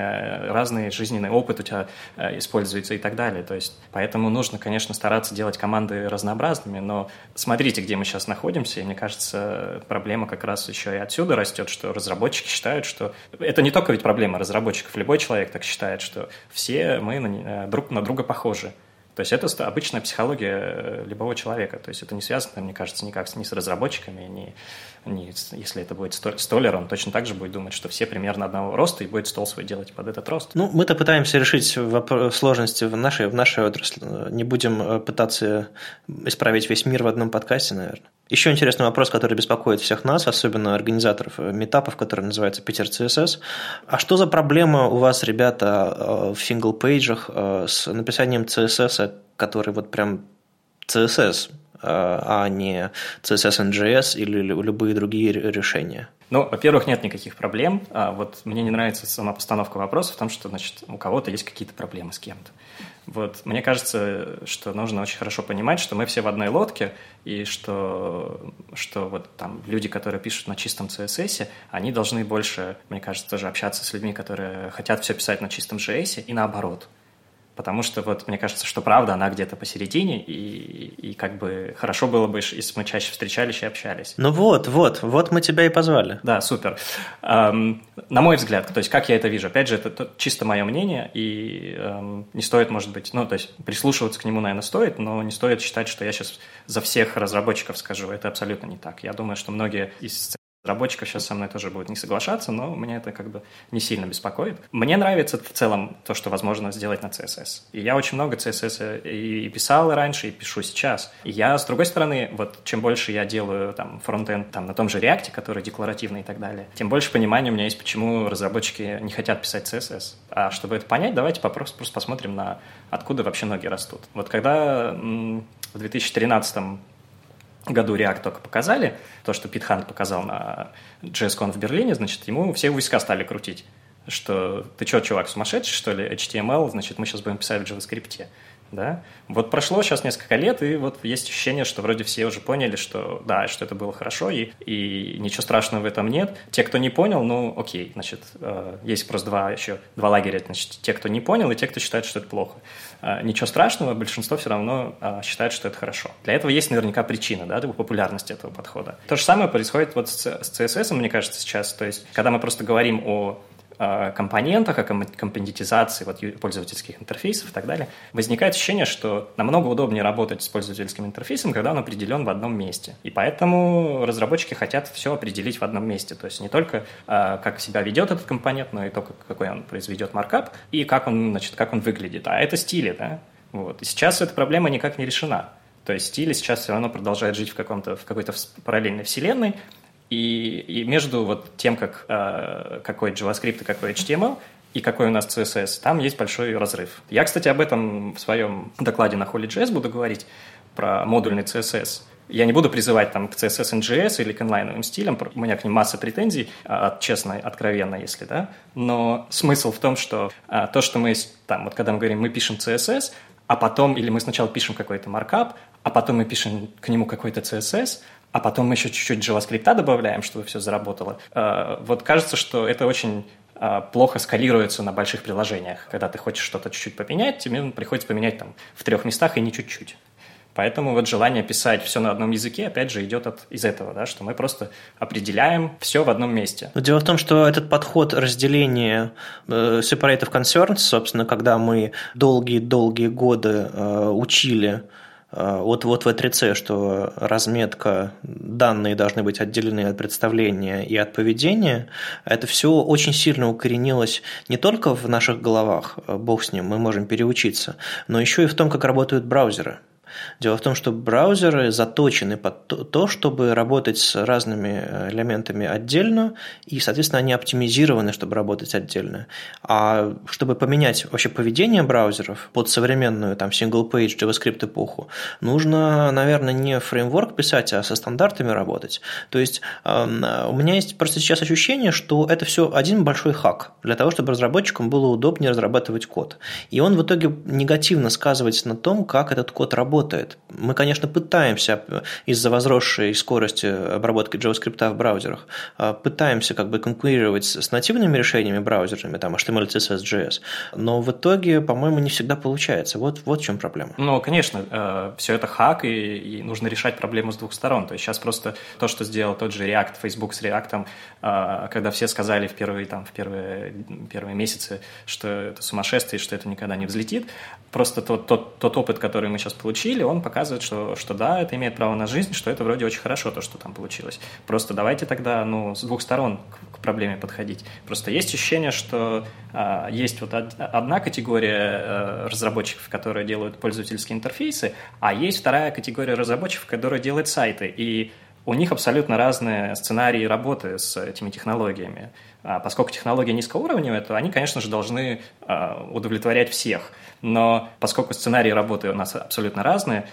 разный жизненный опыт у тебя используется и так далее. То есть, поэтому нужно, конечно, стараться делать команды разнообразными, но смотрите, где мы сейчас находимся, и мне кажется, проблема как раз еще и отсюда растет, что разработчики считают, что... Это не только ведь проблема разработчиков, любой человек так считает, что все мы друг на друга похожи. То есть это обычная психология любого человека. То есть это не связано, мне кажется, никак ни с разработчиками, если это будет столер, он точно так же будет думать, что все примерно одного роста и будет стол свой делать под этот рост. Ну, мы-то пытаемся решить сложности в нашей отрасли. Не будем пытаться исправить весь мир в одном подкасте, наверное. Еще интересный вопрос, который беспокоит всех нас, особенно организаторов митапов, который называется Питер CSS. А что за проблема у вас, ребята, в сингл-пейджах с написанием CSS, который вот прям CSS, а не CSS NGS или любые другие решения? Ну, во-первых, нет никаких проблем. Вот мне не нравится сама постановка вопроса в том, что, значит, у кого-то есть какие-то проблемы с кем-то. Вот, мне кажется, что нужно очень хорошо понимать, что мы все в одной лодке, и что вот там люди, которые пишут на чистом CSS, они должны больше, мне кажется, тоже общаться с людьми, которые хотят все писать на чистом JS, и наоборот. Потому что, вот, мне кажется, что правда, она где-то посередине, и как бы хорошо было бы, если бы мы чаще встречались и общались. Ну вот мы тебя и позвали. Да, супер. На мой взгляд, то есть как я это вижу, опять же, это чисто мое мнение, и не стоит, может быть, ну, то есть прислушиваться к нему, наверное, стоит, но не стоит считать, что я сейчас за всех разработчиков скажу, это абсолютно не так. Я думаю, что многие из разработчиков сейчас со мной тоже будут не соглашаться, но меня это как бы не сильно беспокоит. Мне нравится в целом то, что возможно сделать на CSS. И я очень много CSS и писал раньше, и пишу сейчас. И я, с другой стороны, вот чем больше я делаю там фронтенд там, на том же React, который декларативный и так далее, тем больше понимания у меня есть, почему разработчики не хотят писать CSS. А чтобы это понять, давайте просто посмотрим на откуда вообще ноги растут. Вот когда в 2013 году React только показали, то, что Пит Хант показал на JSCon в Берлине, значит, ему все войска стали крутить, что ты что, чувак, сумасшедший, что ли, HTML, значит, мы сейчас будем писать в JavaScript. Да? Вот прошло сейчас несколько лет, и вот есть ощущение, что вроде все уже поняли, что да, что это было хорошо, и ничего страшного в этом нет. Те, кто не понял, ну окей, значит, есть просто два лагеря, значит, те, кто не понял, и те, кто считает, что это плохо. Ничего страшного, большинство все равно считает, что это хорошо. Для этого есть наверняка причина, да, популярности этого подхода. То же самое происходит вот с CSS, мне кажется, сейчас. То есть, когда мы просто говорим о компонентах, о компонентизации вот, пользовательских интерфейсов и так далее, возникает ощущение, что намного удобнее работать с пользовательским интерфейсом, когда он определен в одном месте. И поэтому разработчики хотят все определить в одном месте. То есть не только как себя ведет этот компонент, но и то, какой он произведет маркап, и как он выглядит. А это стили, да? Вот. И сейчас эта проблема никак не решена. То есть стили сейчас все равно продолжают жить в какой-то параллельной вселенной, и между вот тем, какой JavaScript и какой HTML, и какой у нас CSS, там есть большой разрыв. Я, кстати, об этом в своем докладе на Holy.js буду говорить, про модульный CSS. Я не буду призывать там, к CSS NGS или к инлайновым стилям, у меня к ним масса претензий, честно, откровенно, если, да, но смысл в том, что то, что мы, там, вот когда мы говорим, мы пишем CSS, а потом, или мы сначала пишем какой-то маркап, а потом мы пишем к нему какой-то CSS, а потом мы еще чуть-чуть JavaScript добавляем, чтобы все заработало. Вот кажется, что это очень плохо скалируется на больших приложениях. Когда ты хочешь что-то чуть-чуть поменять, тебе приходится поменять там в 3 местах и не чуть-чуть. Поэтому вот желание писать все на одном языке, опять же, идет из этого, да, что мы просто определяем все в одном месте. Но дело в том, что этот подход разделения separate of concerns, собственно, когда мы долгие-долгие годы учили вот в E3C, что разметка, данные должны быть отделены от представления и от поведения, это все очень сильно укоренилось не только в наших головах, бог с ним, мы можем переучиться, но еще и в том, как работают браузеры. Дело в том, что браузеры заточены под то, чтобы работать с разными элементами отдельно, и, соответственно, они оптимизированы, чтобы работать отдельно. А чтобы поменять вообще поведение браузеров под современную там single-page JavaScript эпоху, нужно, наверное, не фреймворк писать, а со стандартами работать. То есть у меня есть просто сейчас ощущение, что это все один большой хак для того, чтобы разработчикам было удобнее разрабатывать код. И он в итоге негативно сказывается на том, как этот код работает. Мы, конечно, пытаемся из-за возросшей скорости обработки JavaScript в браузерах, пытаемся как бы конкурировать с нативными решениями браузерными, там HTML, CSS, JS, но в итоге, по-моему, не всегда получается. Вот в чем проблема. Ну, конечно, все это хак, и нужно решать проблему с двух сторон. То есть сейчас просто то, что сделал тот же React, Facebook с React, когда все сказали в первые месяцы, что это сумасшествие, что это никогда не взлетит, просто тот опыт, который мы сейчас получили, он показывает, что да, это имеет право на жизнь, что это вроде очень хорошо, то, что там получилось. Просто давайте тогда с двух сторон к проблеме подходить. Просто есть ощущение, что есть вот одна категория разработчиков, которые делают пользовательские интерфейсы, а есть вторая категория разработчиков, которые делают сайты. И у них абсолютно разные сценарии работы с этими технологиями. Поскольку технология низкоуровневая, то они, конечно же, должны удовлетворять всех. Но поскольку сценарии работы у нас абсолютно разные,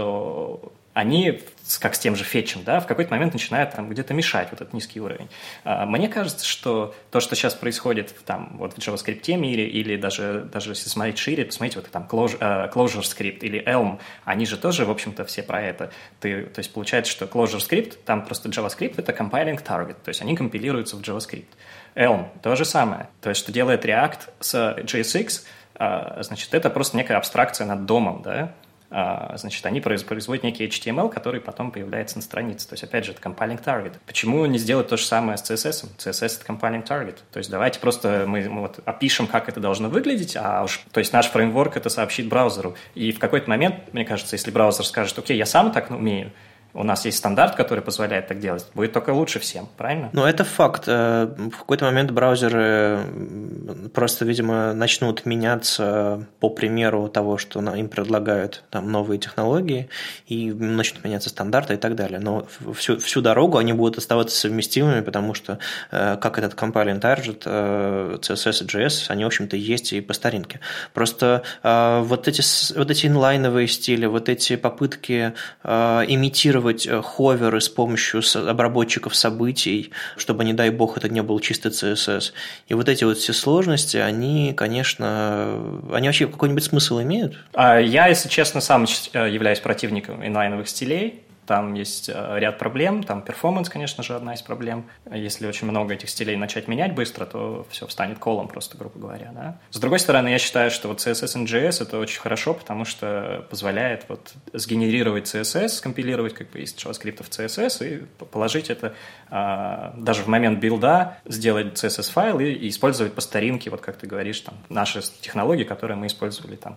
то они, как с тем же фетчем, да, в какой-то момент начинают там где-то мешать вот этот низкий уровень. Мне кажется, что то, что сейчас происходит там, вот в JavaScript мире, или даже если смотреть шире, посмотрите, вот там ClojureScript или Elm, они же тоже, в общем-то, все про это. То есть получается, что ClojureScript, там просто JavaScript – это compiling target, то есть они компилируются в JavaScript. Elm – то же самое. То есть что делает React с JSX, значит, это просто некая абстракция над домом, да. Значит, они производят некий HTML, который потом появляется на странице. То есть, опять же, это compiling target. Почему не сделать то же самое с CSS? CSS – это compiling target. То есть, давайте просто мы вот опишем, как это должно выглядеть, то есть, наш фреймворк это сообщит браузеру. И в какой-то момент, мне кажется, если браузер скажет, окей, я сам так умею, у нас есть стандарт, который позволяет так делать, будет только лучше всем, правильно? Ну, это факт. В какой-то момент браузеры просто, видимо, начнут меняться по примеру того, что им предлагают там новые технологии, и начнут меняться стандарты и так далее. Но всю дорогу они будут оставаться совместимыми, потому что как этот compiling target, CSS и JS, они, в общем-то, есть и по старинке. Просто вот эти инлайновые стили, вот эти попытки имитировать генерировать ховеры с помощью обработчиков событий, чтобы, не дай бог, это не был чистый CSS. И вот эти вот все сложности, они, конечно, они вообще какой-нибудь смысл имеют? Я, если честно, сам являюсь противником инлайновых стилей. Там есть ряд проблем, там перформанс, конечно же, одна из проблем. Если очень много этих стилей начать менять быстро, то все встанет колом просто, грубо говоря. Да? С другой стороны, я считаю, что вот CSS and JS – это очень хорошо, потому что позволяет вот сгенерировать CSS, скомпилировать как бы из JavaScript в CSS и положить это даже в момент билда, сделать CSS-файл и использовать по старинке, вот как ты говоришь, там, наши технологии, которые мы использовали там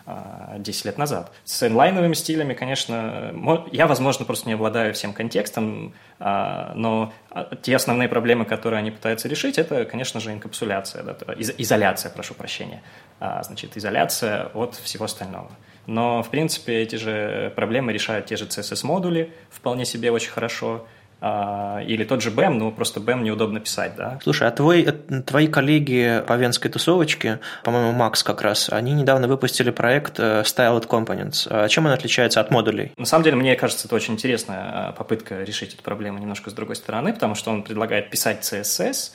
10 лет назад. С инлайновыми стилями, конечно, я, возможно, просто не обладаю всем контекстом, но те основные проблемы, которые они пытаются решить, это, конечно же, инкапсуляция, да, изоляция, прошу прощения. Значит, изоляция от всего остального. Но, в принципе, эти же проблемы решают те же CSS-модули вполне себе очень хорошо. Или тот же BEM, ну просто BEM неудобно писать, да. Слушай, а твои коллеги по венской тусовочке, по-моему, Макс как раз, они недавно выпустили проект Styled Components. Чем он отличается от модулей? На самом деле, мне кажется, это очень интересная попытка решить эту проблему немножко с другой стороны, потому что он предлагает писать CSS,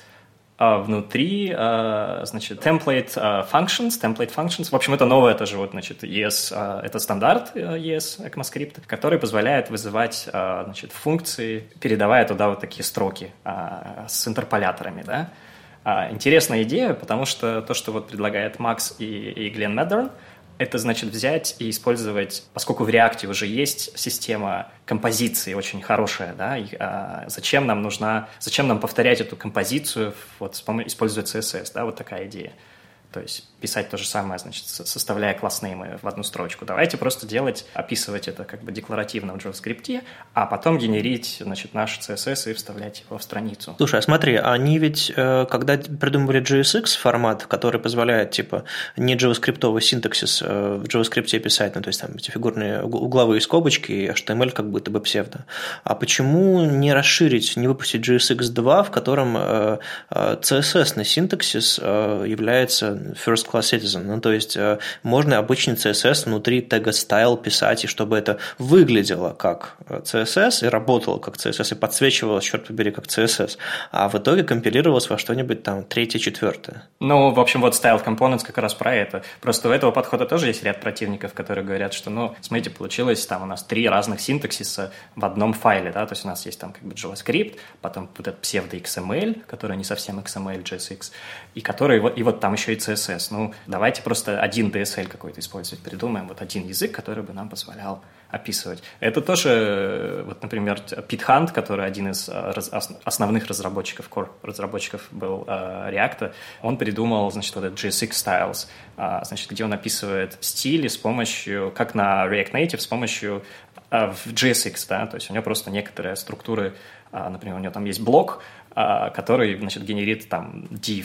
внутри, значит, template functions. В общем, это новое тоже, вот, значит, ES, это стандарт ES, ECMAScript, который позволяет вызывать, значит, функции, передавая туда вот такие строки с интерполяторами, да. Интересная идея, потому что то, что вот предлагает Макс и Глен Меддерн, это значит взять и использовать, поскольку в React уже есть система композиции очень хорошая, да, и, зачем нам повторять эту композицию, вот, используя CSS, да, вот такая идея. То есть писать то же самое, значит, составляя класснеймы в одну строчку. Давайте просто описывать это как бы декларативно в JavaScript, а потом генерить, значит, наш CSS и вставлять его в страницу. Слушай, а смотри, они ведь, когда придумывали JSX формат, который позволяет, типа, не JavaScript-овый синтаксис в JavaScript писать, ну, то есть там эти фигурные угловые скобочки и HTML как будто бы псевдо, а почему не расширить, не выпустить JSX 2, в котором CSS-ный синтаксис является first-class citizen, ну, то есть можно обычный CSS внутри тега style писать, и чтобы это выглядело как CSS и работало как CSS, и подсвечивалось, черт побери, как CSS, а в итоге компилировалось во что-нибудь там третье-четвертое. Ну, в общем, вот Style Components как раз про это. Просто у этого подхода тоже есть ряд противников, которые говорят, что, ну, смотрите, получилось там у нас 3 разных синтаксиса в одном файле, да, то есть у нас есть там как бы JavaScript, потом вот этот псевдо-XML, который не совсем XML, JSX, и вот там еще и CSS. Ну, давайте просто один DSL какой-то использовать, придумаем вот один язык, который бы нам позволял описывать. Это тоже, вот, например, Пит Хант, который один из основных разработчиков, core-разработчиков был React, он придумал, значит, вот этот JSX Styles, значит, где он описывает стили с помощью, как на React Native, с помощью в JSX, да, то есть у него просто некоторые структуры, например, у него там есть блок, который, значит, генерит там div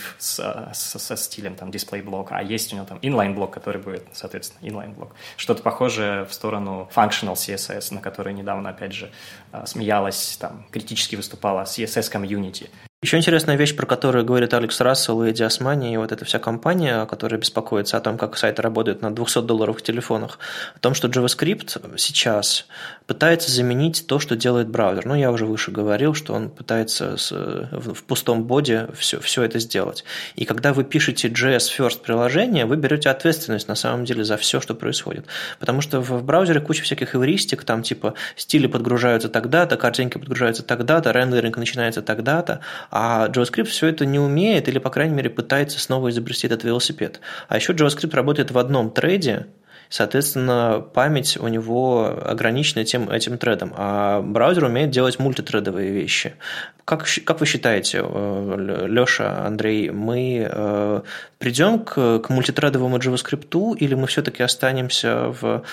со стилем там display-блок, а есть у него там inline-блок, который будет, соответственно, inline-блок. Что-то похожее в сторону functional CSS, на который недавно, опять же, смеялась, там, критически выступала CSS Community. Еще интересная вещь, про которую говорит Алекс Рассел и Эдди Османи, и вот эта вся компания, которая беспокоится о том, как сайты работают на $200 телефонах, о том, что JavaScript сейчас пытается заменить то, что делает браузер. Ну, я уже выше говорил, что он пытается в пустом боде все это сделать. И когда вы пишете JS-first приложение, вы берете ответственность на самом деле за все, что происходит. Потому что в браузере куча всяких эвристик, там типа стили подгружаются тогда-то, картинки подгружаются тогда-то, рендеринг начинается тогда-то, а JavaScript все это не умеет или, по крайней мере, пытается снова изобрести этот велосипед. А еще JavaScript работает в одном треде, соответственно, память у него ограничена этим тредом, а браузер умеет делать мультитредовые вещи. Как вы считаете, Леша, Андрей, мы придем к мультитредовому JavaScript или мы все-таки останемся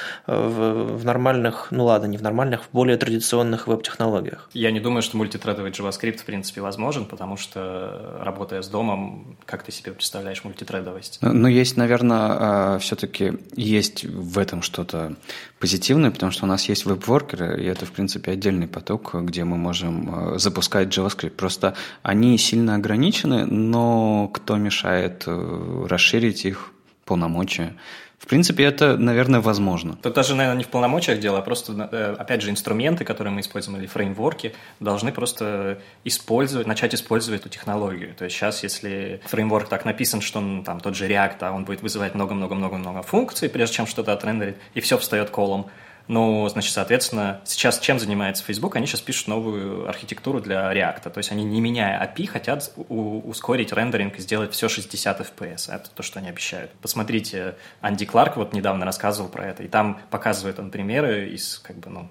в нормальных, ну ладно, не в нормальных, в более традиционных веб-технологиях? Я не думаю, что мультитредовый JavaScript в принципе возможен, потому что, работая с домом, как ты себе представляешь мультитредовость? Ну, есть, наверное, все-таки есть в этом что-то позитивное, потому что у нас есть веб-воркеры, и это, в принципе, отдельный поток, где мы можем запускать JavaScript. Просто они сильно ограничены, но кто мешает расширить их полномочия? В принципе, это, наверное, возможно. Тут даже, наверное, не в полномочиях дело, а просто, опять же, инструменты, которые мы используем, или фреймворки, должны просто начать использовать эту технологию. То есть сейчас, если фреймворк так написан, что он, там, тот же React, он будет вызывать много-много-много-много функций, прежде чем что-то отрендерить, и все встает колом. Ну, значит, соответственно, сейчас чем занимается Facebook? Они сейчас пишут новую архитектуру для React. То есть они, не меняя API, хотят ускорить рендеринг и сделать все 60 FPS. Это то, что они обещают. Посмотрите, Анди Кларк вот недавно рассказывал про это, и там показывает он примеры из,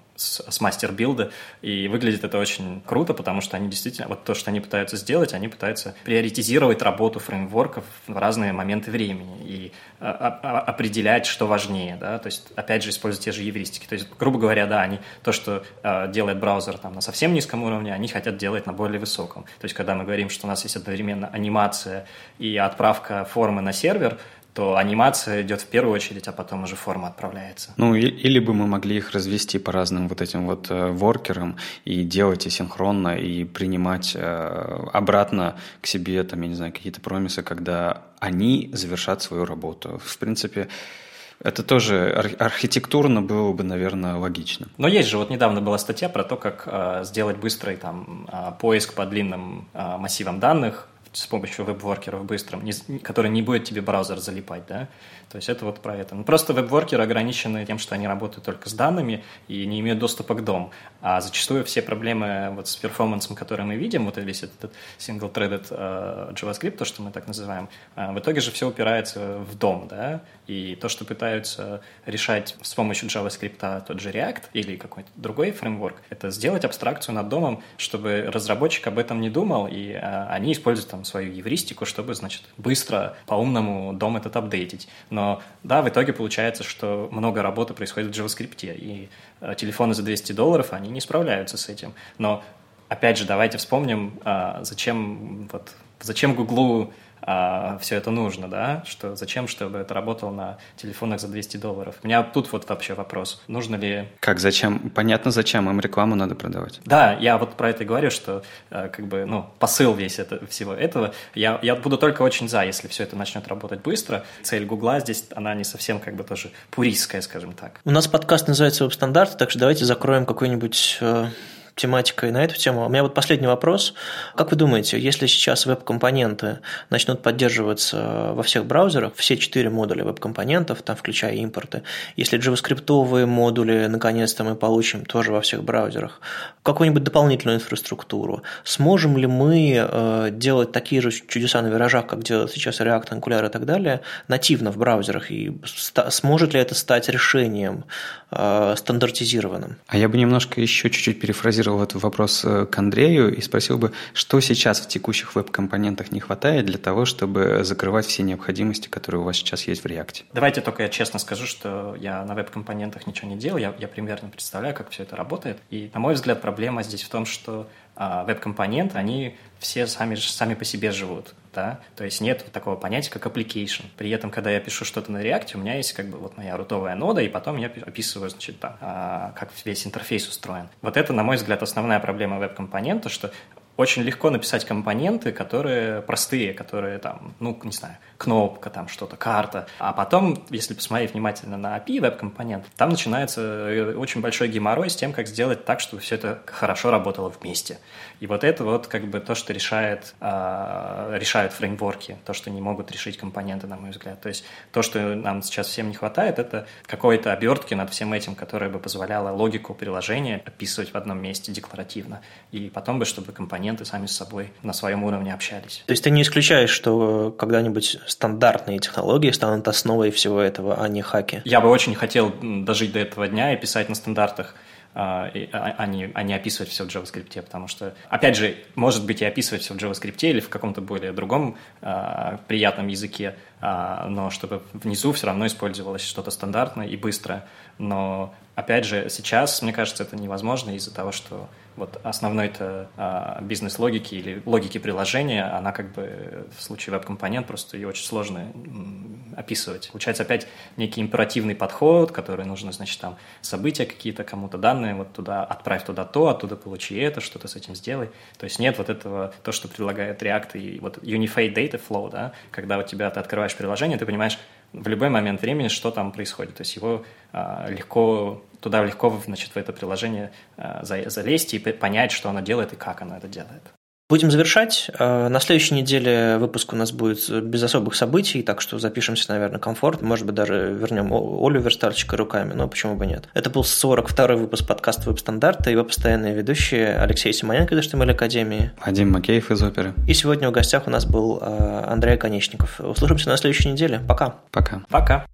с мастер-билда, и выглядит это очень круто, потому что они действительно, вот то, что они пытаются сделать, они пытаются приоритизировать работу фреймворков в разные моменты времени и определять, что важнее, да, то есть, опять же, использовать те же эвристики. То есть, грубо говоря, да, они то, что делает браузер там на совсем низком уровне, они хотят делать на более высоком. То есть, когда мы говорим, что у нас есть одновременно анимация и отправка формы на сервер, то анимация идет в первую очередь, а потом уже форма отправляется. Ну, или бы мы могли их развести по разным вот этим вот воркерам и делать асинхронно, и принимать обратно к себе, там, я не знаю, какие-то промисы, когда они завершат свою работу. В принципе, это тоже архитектурно было бы, наверное, логично. Но есть же, вот недавно была статья про то, как сделать быстрый там поиск по длинным массивам данных с помощью веб-воркеров быстрым, который не будет тебе браузер залипать, да? То есть это вот про это. Ну, просто веб-воркеры ограничены тем, что они работают только с данными и не имеют доступа к DOM. А зачастую все проблемы вот с перформансом, которые мы видим, вот весь этот single-threaded JavaScript, то, что мы так называем, в итоге же все упирается в DOM, да? И то, что пытаются решать с помощью JavaScript тот же React или какой-то другой фреймворк, это сделать абстракцию над DOM, чтобы разработчик об этом не думал, и они используют там свою эвристику, чтобы, значит, быстро, по-умному DOM этот апдейтить. Но да, в итоге получается, что много работы происходит в JavaScript, и телефоны за $200, они не справляются с этим. Но, опять же, давайте вспомним, зачем Гуглу все это нужно, да? Зачем, чтобы это работало на телефонах за $200? У меня тут вот вообще вопрос. Нужно ли... Как, зачем? Понятно, зачем. Им рекламу надо продавать. Да, я вот про это и говорю, что посыл всего этого. Я буду только очень за, если все это начнет работать быстро. Цель Гугла здесь, она не совсем тоже пуристская, скажем так. У нас подкаст называется «Веб-стандарты», так что давайте закроем какой-нибудь... тематикой на эту тему. У меня вот последний вопрос. Как вы думаете, если сейчас веб-компоненты начнут поддерживаться во всех браузерах, все 4 модуля веб-компонентов, там включая импорты, если JavaScript-овые модули наконец-то мы получим тоже во всех браузерах, какую-нибудь дополнительную инфраструктуру, сможем ли мы делать такие же чудеса на виражах, как делают сейчас React, Angular и так далее, нативно в браузерах, и сможет ли это стать решением стандартизированным? А я бы немножко еще чуть-чуть перефразировал этот вопрос к Андрею и спросил бы, что сейчас в текущих веб-компонентах не хватает для того, чтобы закрывать все необходимости, которые у вас сейчас есть в React? Давайте только я честно скажу, что я на веб-компонентах ничего не делал, я примерно представляю, как все это работает. И, на мой взгляд, проблема здесь в том, что веб-компоненты, они все сами по себе живут, да, то есть нет такого понятия, как application. При этом, когда я пишу что-то на React, у меня есть моя рутовая нода, и потом я описываю, значит, как весь интерфейс устроен. Вот это, на мой взгляд, основная проблема веб-компонента, что очень легко написать компоненты, которые простые, которые там, не знаю, кнопка, там что-то, карта. А потом, если посмотреть внимательно на API веб-компонент, там начинается очень большой геморрой с тем, как сделать так, чтобы все это хорошо работало вместе. И вот это то, что решают фреймворки, то, что не могут решить компоненты, на мой взгляд. То есть то, что нам сейчас всем не хватает, это какой-то обертки над всем этим, которая бы позволяла логику приложения описывать в одном месте декларативно. И потом чтобы компоненты сами с собой на своем уровне общались. То есть ты не исключаешь, что когда-нибудь стандартные технологии станут основой всего этого, а не хаки? Я бы очень хотел дожить до этого дня и писать на стандартах, а не описывать все в JavaScript, потому что, опять же, может быть и описывать все в JavaScript или в каком-то более другом приятном языке, но чтобы внизу все равно использовалось что-то стандартное и быстрое. Но, опять же, сейчас, мне кажется, это невозможно из-за того, что основной-то бизнес-логики или логики приложения, она в случае веб-компонент просто ее очень сложно описывать. Получается опять некий императивный подход, который нужно, значит, там события какие-то, кому-то данные, туда отправь туда то, оттуда получи это, что-то с этим сделай. То есть нет этого, то, что предлагает React и Unified Data Flow, да, когда ты открываешь приложение, ты понимаешь, в любой момент времени, что там происходит. То есть его туда легко, значит, в это приложение залезть и понять, что оно делает и как оно это делает. Будем завершать. На следующей неделе выпуск у нас будет без особых событий, так что запишемся, наверное, комфортно. Может быть, даже вернем Олю верстальщика руками, но почему бы нет. Это был 42-й выпуск подкаста «Веб-стандарты», его постоянные ведущие Алексей Симоненко из HTML Академии, Вадим Макеев из Оперы. И сегодня в гостях у нас был Андрей Конечников. Услышимся на следующей неделе. Пока. Пока. Пока.